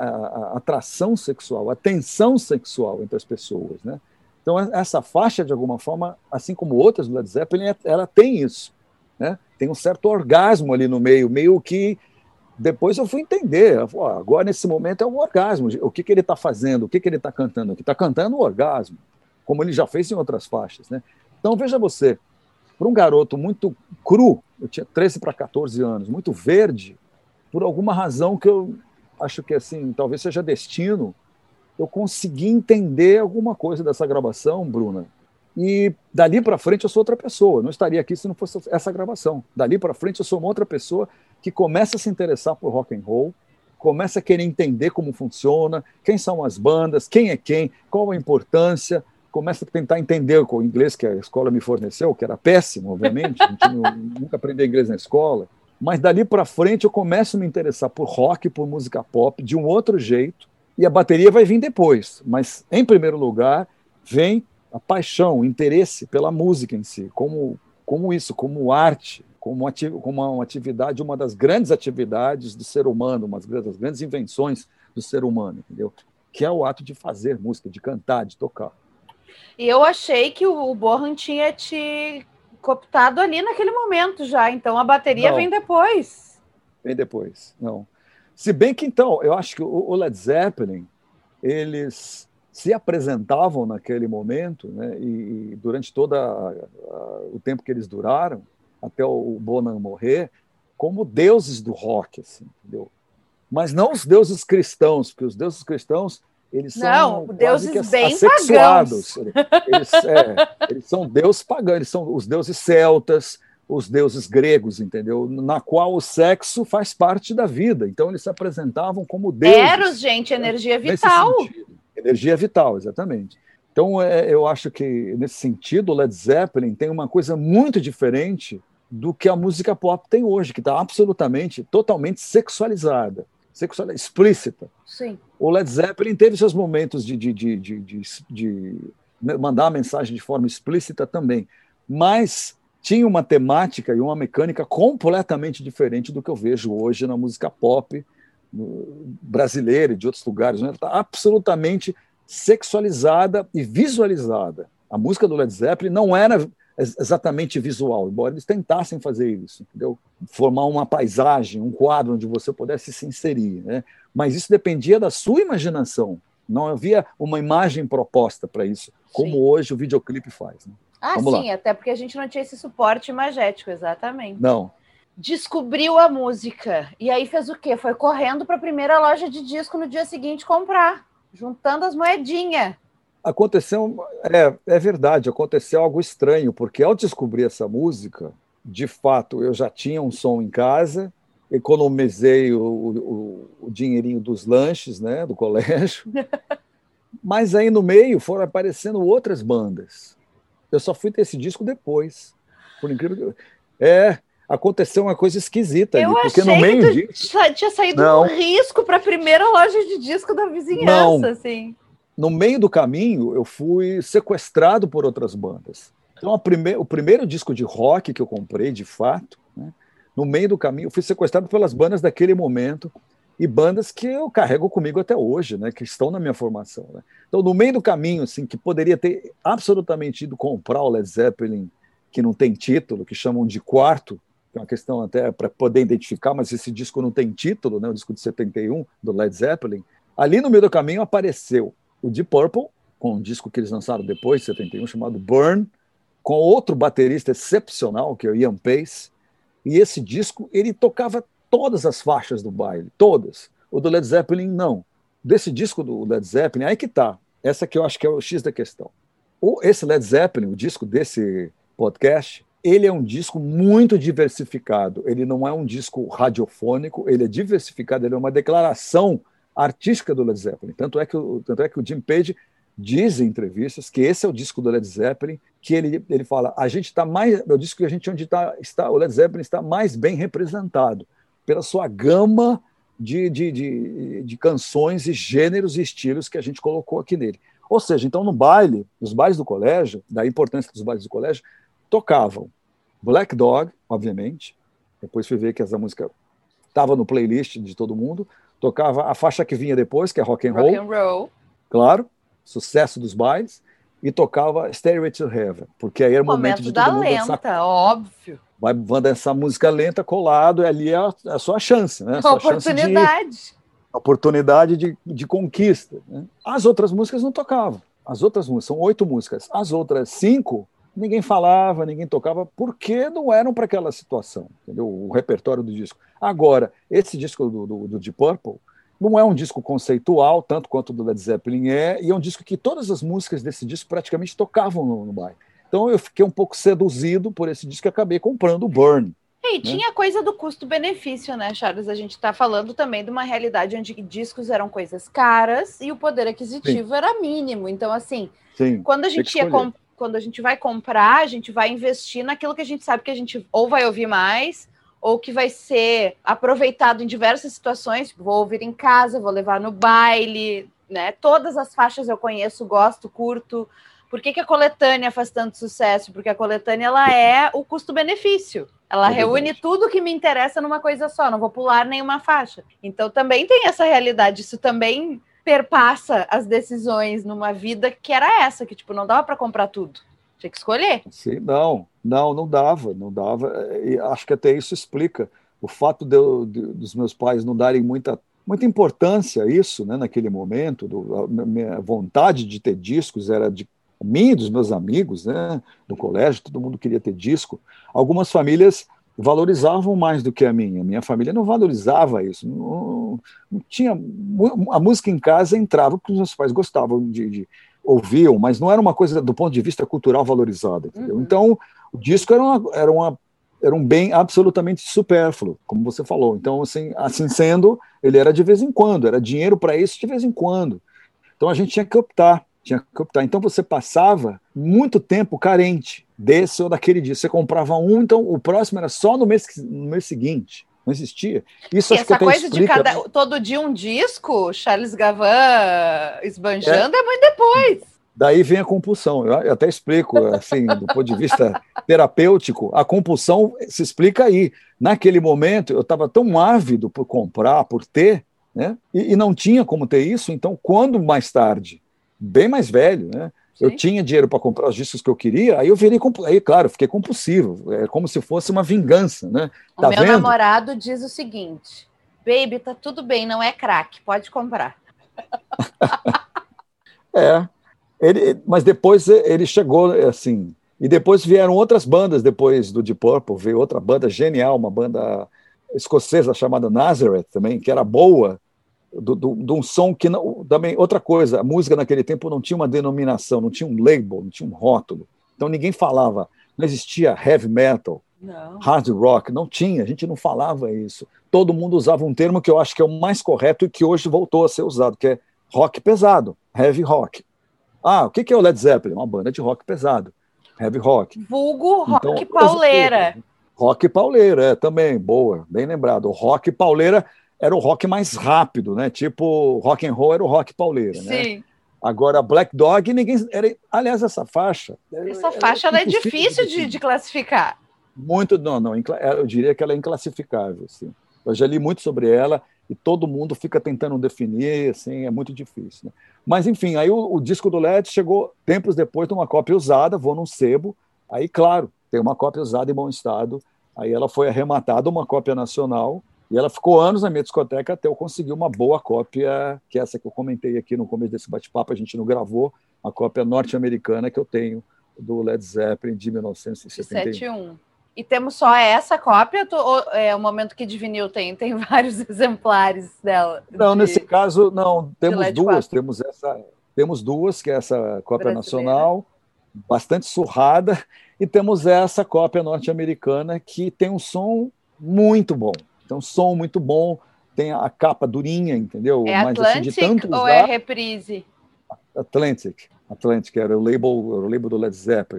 Speaker 3: a atração sexual, a tensão sexual entre as pessoas, né? Então, essa faixa, de alguma forma, assim como outras do Led Zeppelin, ela tem isso, né? Tem um certo orgasmo ali no meio que depois eu fui entender. Agora, nesse momento, é um orgasmo. O que ele está fazendo? O que ele está cantando aqui? Está cantando um orgasmo, como ele já fez em outras faixas, né? Então, veja você, para um garoto muito cru, eu tinha 13 para 14 anos, muito verde, por alguma razão que eu acho que, assim, talvez seja destino, eu consegui entender alguma coisa dessa gravação, Bruna, e dali para frente eu sou outra pessoa. Eu não estaria aqui se não fosse essa gravação. Dali para frente eu sou uma outra pessoa que começa a se interessar por rock and roll, começa a querer entender como funciona, quem são as bandas, quem é quem, qual a importância, começa a tentar entender com o inglês que a escola me forneceu, que era péssimo, obviamente, a gente nunca aprendeu inglês na escola, mas dali para frente eu começo a me interessar por rock, por música pop, de um outro jeito, e a bateria vai vir depois, mas em primeiro lugar vem a paixão, o interesse pela música em si, como isso, como arte, como uma atividade, uma das grandes atividades do ser humano, uma das grandes invenções do ser humano, entendeu? que é o ato de fazer música, de cantar, de tocar.
Speaker 2: E eu achei que o Bohan tinha te cooptado ali naquele momento já, então a bateria
Speaker 3: Não.
Speaker 2: vem depois.
Speaker 3: Vem depois, não. Se bem que, então, eu acho que o Led Zeppelin, eles se apresentavam naquele momento, né, e durante todo o tempo que eles duraram, até o Bonham morrer, como deuses do rock, assim, entendeu? Mas não os deuses cristãos, porque os deuses cristãos, eles são
Speaker 2: deuses
Speaker 3: quase que
Speaker 2: bem
Speaker 3: assexuados. Eles são deuses pagãos, eles são os deuses celtas, os deuses gregos, entendeu? Na qual o sexo faz parte da vida. Então, eles se apresentavam como deuses.
Speaker 2: Eros, gente, energia vital.
Speaker 3: Energia vital, exatamente. Então, eu acho que, nesse sentido, o Led Zeppelin tem uma coisa muito diferente do que a música pop tem hoje, que está totalmente sexualizada, explícita.
Speaker 2: Sim.
Speaker 3: O Led Zeppelin teve seus momentos de mandar a mensagem de forma explícita também, mas tinha uma temática e uma mecânica completamente diferente do que eu vejo hoje na música pop brasileira e de outros lugares. Ela está absolutamente sexualizada e visualizada. A música do Led Zeppelin não era exatamente visual, embora eles tentassem fazer isso, entendeu? Formar uma paisagem, um quadro onde você pudesse se inserir, né? Mas isso dependia da sua imaginação. Não havia uma imagem proposta para isso, como hoje o videoclipe faz, né?
Speaker 2: Vamos lá. Até porque a gente não tinha esse suporte imagético, exatamente.
Speaker 3: Não.
Speaker 2: Descobriu a música, e aí fez o quê? Foi correndo para a primeira loja de disco no dia seguinte comprar, juntando as moedinhas.
Speaker 3: Aconteceu, é verdade, aconteceu algo estranho, porque ao descobrir essa música, de fato, eu já tinha um som em casa, economizei o dinheirinho dos lanches, né, do colégio, mas aí no meio foram aparecendo outras bandas. Eu só fui ter esse disco depois, por incrível que... aconteceu uma coisa esquisita ali, porque no meio disso...
Speaker 2: tinha saído um risco para a primeira loja de disco da vizinhança, assim.
Speaker 3: No meio do caminho, eu fui sequestrado por outras bandas. Então, o primeiro disco de rock que eu comprei, de fato, né, no meio do caminho, eu fui sequestrado pelas bandas daquele momento, e bandas que eu carrego comigo até hoje, né, que estão na minha formação, né? Então, no meio do caminho, assim, que poderia ter absolutamente ido comprar o Led Zeppelin, que não tem título, que chamam de quarto, que é uma questão até para poder identificar, mas esse disco não tem título, né, o disco de 71, do Led Zeppelin. Ali no meio do caminho apareceu o Deep Purple, com um disco que eles lançaram depois, de 71, chamado Burn, com outro baterista excepcional, que é o Ian Pace, e esse disco, ele tocava todas as faixas do baile, todas. O do Led Zeppelin, não. Desse disco do Led Zeppelin, aí que tá. Essa que eu acho que é o X da questão. Esse Led Zeppelin, o disco desse podcast, ele é um disco muito diversificado. Ele não é um disco radiofônico, ele é diversificado, ele é uma declaração artística do Led Zeppelin. Tanto é que o Jim Page diz em entrevistas que esse é o disco do Led Zeppelin, que ele fala, a gente está mais, é o disco que a gente onde está, o Led Zeppelin está mais bem representado pela sua gama de canções e gêneros e estilos que a gente colocou aqui nele. Ou seja, então nos bailes do colégio, da importância dos bailes do colégio, tocavam Black Dog, obviamente, depois fui ver que essa música estava no playlist de todo mundo, tocava a faixa que vinha depois, que é Rock and Roll, claro, sucesso dos bailes, e tocava Stairway to Heaven, porque aí era o momento de todo mundo
Speaker 2: lenta, óbvio.
Speaker 3: Vai dançar música lenta colado, e ali é a sua chance, né? Oportunidade de conquista, né? As outras músicas não tocavam. As outras músicas, são 8 músicas. As outras 5, ninguém falava, ninguém tocava, porque não eram para aquela situação, entendeu? O repertório do disco. Agora, esse disco do Deep Purple não é um disco conceitual, tanto quanto o do Led Zeppelin e é um disco que todas as músicas desse disco praticamente tocavam no baile. Então eu fiquei um pouco seduzido por esse disco e acabei comprando o Burn.
Speaker 2: E tinha coisa do custo-benefício, né, Charles? A gente está falando também de uma realidade onde discos eram coisas caras e o poder aquisitivo era mínimo. Então, assim, quando a gente vai comprar, a gente vai investir naquilo que a gente sabe que a gente ou vai ouvir mais, ou que vai ser aproveitado em diversas situações. Vou ouvir em casa, vou levar no baile, né? Todas as faixas eu conheço, gosto, curto. Por que a coletânea faz tanto sucesso? Porque a coletânea ela é o custo-benefício. Ela reúne tudo que me interessa numa coisa só, não vou pular nenhuma faixa. Então também tem essa realidade, isso também perpassa as decisões numa vida que era essa, que tipo, não dava para comprar tudo. Tinha que escolher.
Speaker 3: Sim, não dava. E acho que até isso explica o fato dos meus pais não darem muita importância a isso, né, naquele momento. A minha vontade de ter discos era de mim e dos meus amigos, né, no colégio, todo mundo queria ter disco. Algumas famílias valorizavam mais do que a minha. Minha família não valorizava isso. Não tinha a música em casa entrava porque os meus pais gostavam de ouviam, mas não era uma coisa do ponto de vista cultural valorizada, entendeu? Então, o disco era um bem absolutamente supérfluo, como você falou. Então, assim sendo, ele era de vez em quando, era dinheiro para isso de vez em quando. Então, a gente tinha que optar. Então, você passava muito tempo carente desse ou daquele dia. Você comprava um, então o próximo era só no mês seguinte. Não existia. Isso acho que
Speaker 2: essa
Speaker 3: até
Speaker 2: coisa
Speaker 3: explica,
Speaker 2: de todo dia um disco, Charles Gavin esbanjando, é muito depois.
Speaker 3: Daí vem a compulsão. Eu até explico, assim, do ponto de vista terapêutico, a compulsão se explica aí. Naquele momento, eu estava tão ávido por comprar, por ter, né? E não tinha como ter isso. Então, quando mais tarde, bem mais velho, né? Sim. Eu tinha dinheiro para comprar os discos que eu queria, aí eu virei, aí, claro, fiquei compulsivo. É como se fosse uma vingança, né?
Speaker 2: O meu namorado diz o seguinte: baby, tá tudo bem, não é crack, pode comprar.
Speaker 3: Mas depois ele chegou assim, e depois vieram outras bandas depois do Deep Purple, veio outra banda genial, uma banda escocesa chamada Nazareth também, que era boa, de um som que não, também outra coisa, a música naquele tempo não tinha uma denominação, não tinha um label, não tinha um rótulo, então ninguém falava, não existia heavy metal, não. Hard rock, não tinha, a gente não falava isso, todo mundo usava um termo que eu acho que é o mais correto e que hoje voltou a ser usado, que é rock pesado, heavy rock. O que é o Led Zeppelin? Uma banda de rock pesado, heavy rock.
Speaker 2: Vulgo rock pauleira.
Speaker 3: Rock pauleira, também, boa, bem lembrado. O rock pauleira era o rock mais rápido, né? Tipo, rock and roll era o rock pauleira,
Speaker 2: Sim.
Speaker 3: Né? Agora, Black Dog, ninguém... aliás, essa faixa...
Speaker 2: Essa faixa ela é difícil de classificar.
Speaker 3: Muito, não, eu diria que ela é inclassificável, assim. Eu já li muito sobre ela e todo mundo fica tentando definir, assim, é muito difícil, né? Mas, enfim, aí o disco do Led chegou tempos depois de uma cópia usada, vou num sebo, aí, claro, tem uma cópia usada em bom estado, aí ela foi arrematada, uma cópia nacional, e ela ficou anos na minha discoteca até eu conseguir uma boa cópia, que é essa que eu comentei aqui no começo desse bate-papo, a gente não gravou, a cópia norte-americana que eu tenho do Led Zeppelin de 1971.
Speaker 2: E temos só essa cópia? Ou é o momento que de vinil tem vários exemplares dela?
Speaker 3: Não, nesse caso, não. Temos duas. Temos duas, que é essa cópia nacional, bastante surrada, e temos essa cópia norte-americana, que tem um som muito bom. Tem um som muito bom, tem a capa durinha, entendeu?
Speaker 2: É Atlantic. Mas, assim, de tanto usar, ou é reprise?
Speaker 3: Atlantic, era o label do Led Zeppelin,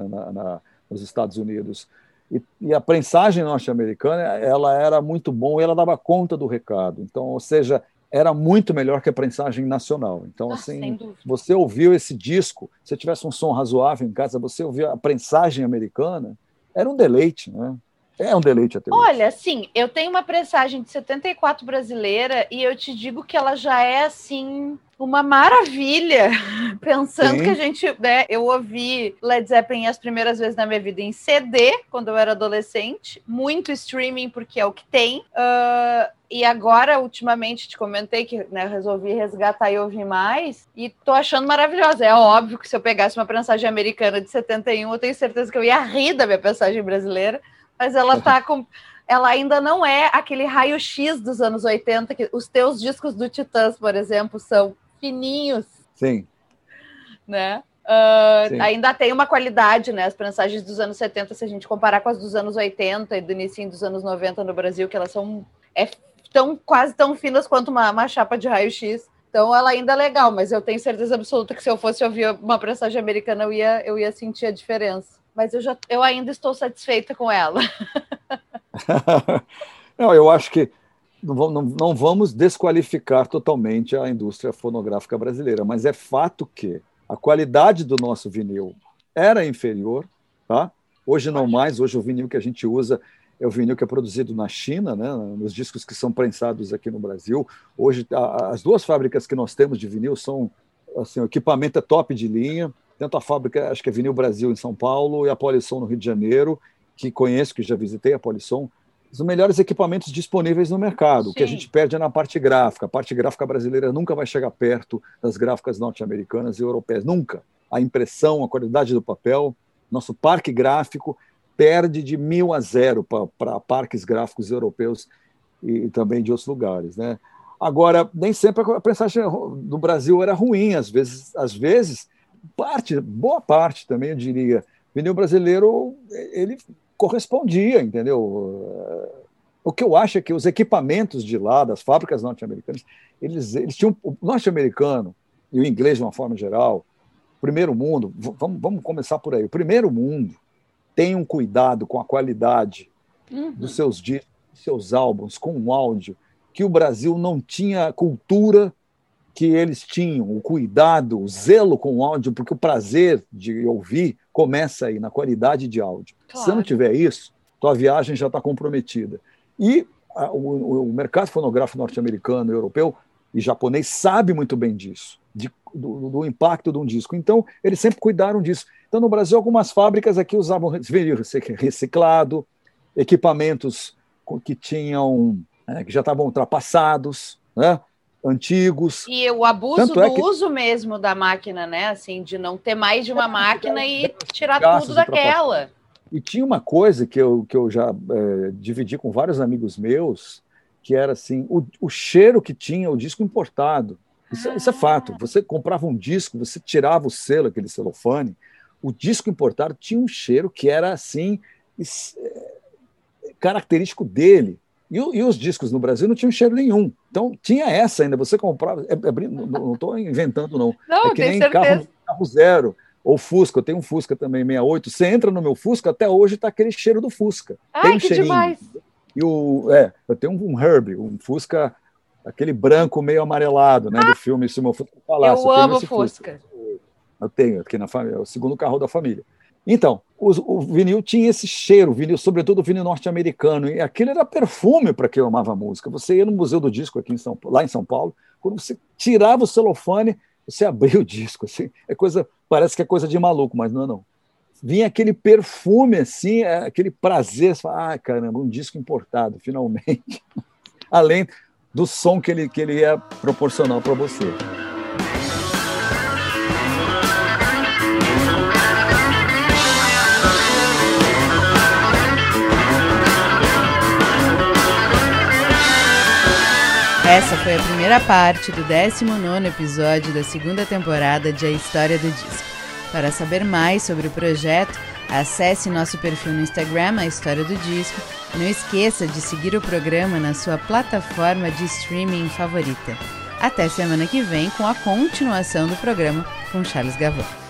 Speaker 3: né, nos Estados Unidos. E a prensagem norte-americana, ela era muito boa e ela dava conta do recado. Então, ou seja, era muito melhor que a prensagem nacional. Então, assim, você ouviu esse disco, se tivesse um som razoável em casa, você ouviu a prensagem americana, era um deleite, né? É um deleite até hoje.
Speaker 2: Olha, sim, eu tenho uma prensagem de 74 brasileira e eu te digo que ela já é, assim, uma maravilha. Pensando que a gente, né, eu ouvi Led Zeppelin as primeiras vezes na minha vida em CD, quando eu era adolescente, muito streaming, porque é o que tem. E agora, ultimamente, te comentei que, né, resolvi resgatar e ouvir mais, e tô achando maravilhosa. É óbvio que se eu pegasse uma prensagem americana de 71, eu tenho certeza que eu ia rir da minha prensagem brasileira, mas ela tá com... Ela ainda não é aquele raio-x dos anos 80, que os teus discos do Titãs, por exemplo, são fininhos.
Speaker 3: Sim.
Speaker 2: Né? Ainda tem uma qualidade, né? As prensagens dos anos 70, se a gente comparar com as dos anos 80 e do início dos anos 90 no Brasil, que elas são quase tão finas quanto uma chapa de raio-x. Então ela ainda é legal, mas eu tenho certeza absoluta que se eu fosse ouvir uma prensagem americana, eu ia sentir a diferença. Mas eu ainda estou satisfeita com ela.
Speaker 3: Não, eu acho que não vamos desqualificar totalmente a indústria fonográfica brasileira, mas é fato que a qualidade do nosso vinil era inferior, tá? Hoje não mais, hoje o vinil que a gente usa, é o vinil que é produzido na China, né, nos discos que são prensados aqui no Brasil. Hoje, as 2 fábricas que nós temos de vinil são, assim, o equipamento é top de linha, tanto a fábrica, acho que é Vinil Brasil em São Paulo e a Polisson no Rio de Janeiro, que conheço, que já visitei a Polisson, os melhores equipamentos disponíveis no mercado. Sim. O que a gente perde é na parte gráfica. A parte gráfica brasileira nunca vai chegar perto das gráficas norte-americanas e europeias. Nunca. A impressão, a qualidade do papel, nosso parque gráfico perde de 1000 a 0 para parques gráficos europeus e também de outros lugares, né? Agora, nem sempre a prensagem do Brasil era ruim. Às vezes boa parte também, eu diria, o vinil brasileiro, ele correspondia, entendeu? O que eu acho é que os equipamentos de lá, das fábricas norte-americanas, eles tinham o norte-americano e o inglês de uma forma geral, o primeiro mundo, vamos começar por aí, o primeiro mundo tem um cuidado com a qualidade dos seus discos, dos seus álbuns, com o áudio, que o Brasil não tinha a cultura que eles tinham, o cuidado, o zelo com o áudio, porque o prazer de ouvir começa aí, na qualidade de áudio. Claro. Se não tiver isso, tua viagem já está comprometida. E o mercado fonográfico norte-americano, europeu e japonês sabe muito bem disso, do impacto de um disco. Então, eles sempre cuidaram disso. Então, no Brasil, algumas fábricas aqui usavam vinil reciclado, equipamentos que tinham, que já estavam ultrapassados, né? Antigos.
Speaker 2: E o abuso do uso mesmo da máquina, né? Assim, de não ter mais de uma máquina e tirar tudo daquela.
Speaker 3: E tinha uma coisa que eu já dividi com vários amigos meus, que era assim, o cheiro que tinha o disco importado. Isso é fato. Você comprava um disco, você tirava o selo, aquele celofane, o disco importado tinha um cheiro que era assim, característico dele. E os discos no Brasil não tinham cheiro nenhum. Então, tinha essa ainda. Você comprava... não estou inventando, não.
Speaker 2: Não,
Speaker 3: é que nem carro zero. Ou Fusca. Eu tenho um Fusca também, 68. Você entra no meu Fusca, até hoje está aquele cheiro do Fusca.
Speaker 2: Ai,
Speaker 3: tem
Speaker 2: que
Speaker 3: cheirinho.
Speaker 2: Demais!
Speaker 3: E eu tenho um Herbie, um Fusca, aquele branco meio amarelado, né, do filme Se o Meu Fusca Falasse.
Speaker 2: Eu amo Fusca.
Speaker 3: Eu tenho, aqui na família, é o segundo carro da família. Então, o vinil tinha esse cheiro, sobretudo o vinil norte-americano, e aquilo era perfume para quem amava música. Você ia no Museu do Disco aqui lá em São Paulo, quando você tirava o celofane, você abria o disco. Assim, parece que é coisa de maluco, mas não é não. Vinha aquele perfume, assim, aquele prazer, você fala, caramba, um disco importado, finalmente. Além do som que ele ia proporcionar para você.
Speaker 1: Essa foi a primeira parte do 19º episódio da 2ª temporada de A História do Disco. Para saber mais sobre o projeto, acesse nosso perfil no Instagram, A História do Disco, e não esqueça de seguir o programa na sua plataforma de streaming favorita. Até semana que vem com a continuação do programa com Charles Gavão.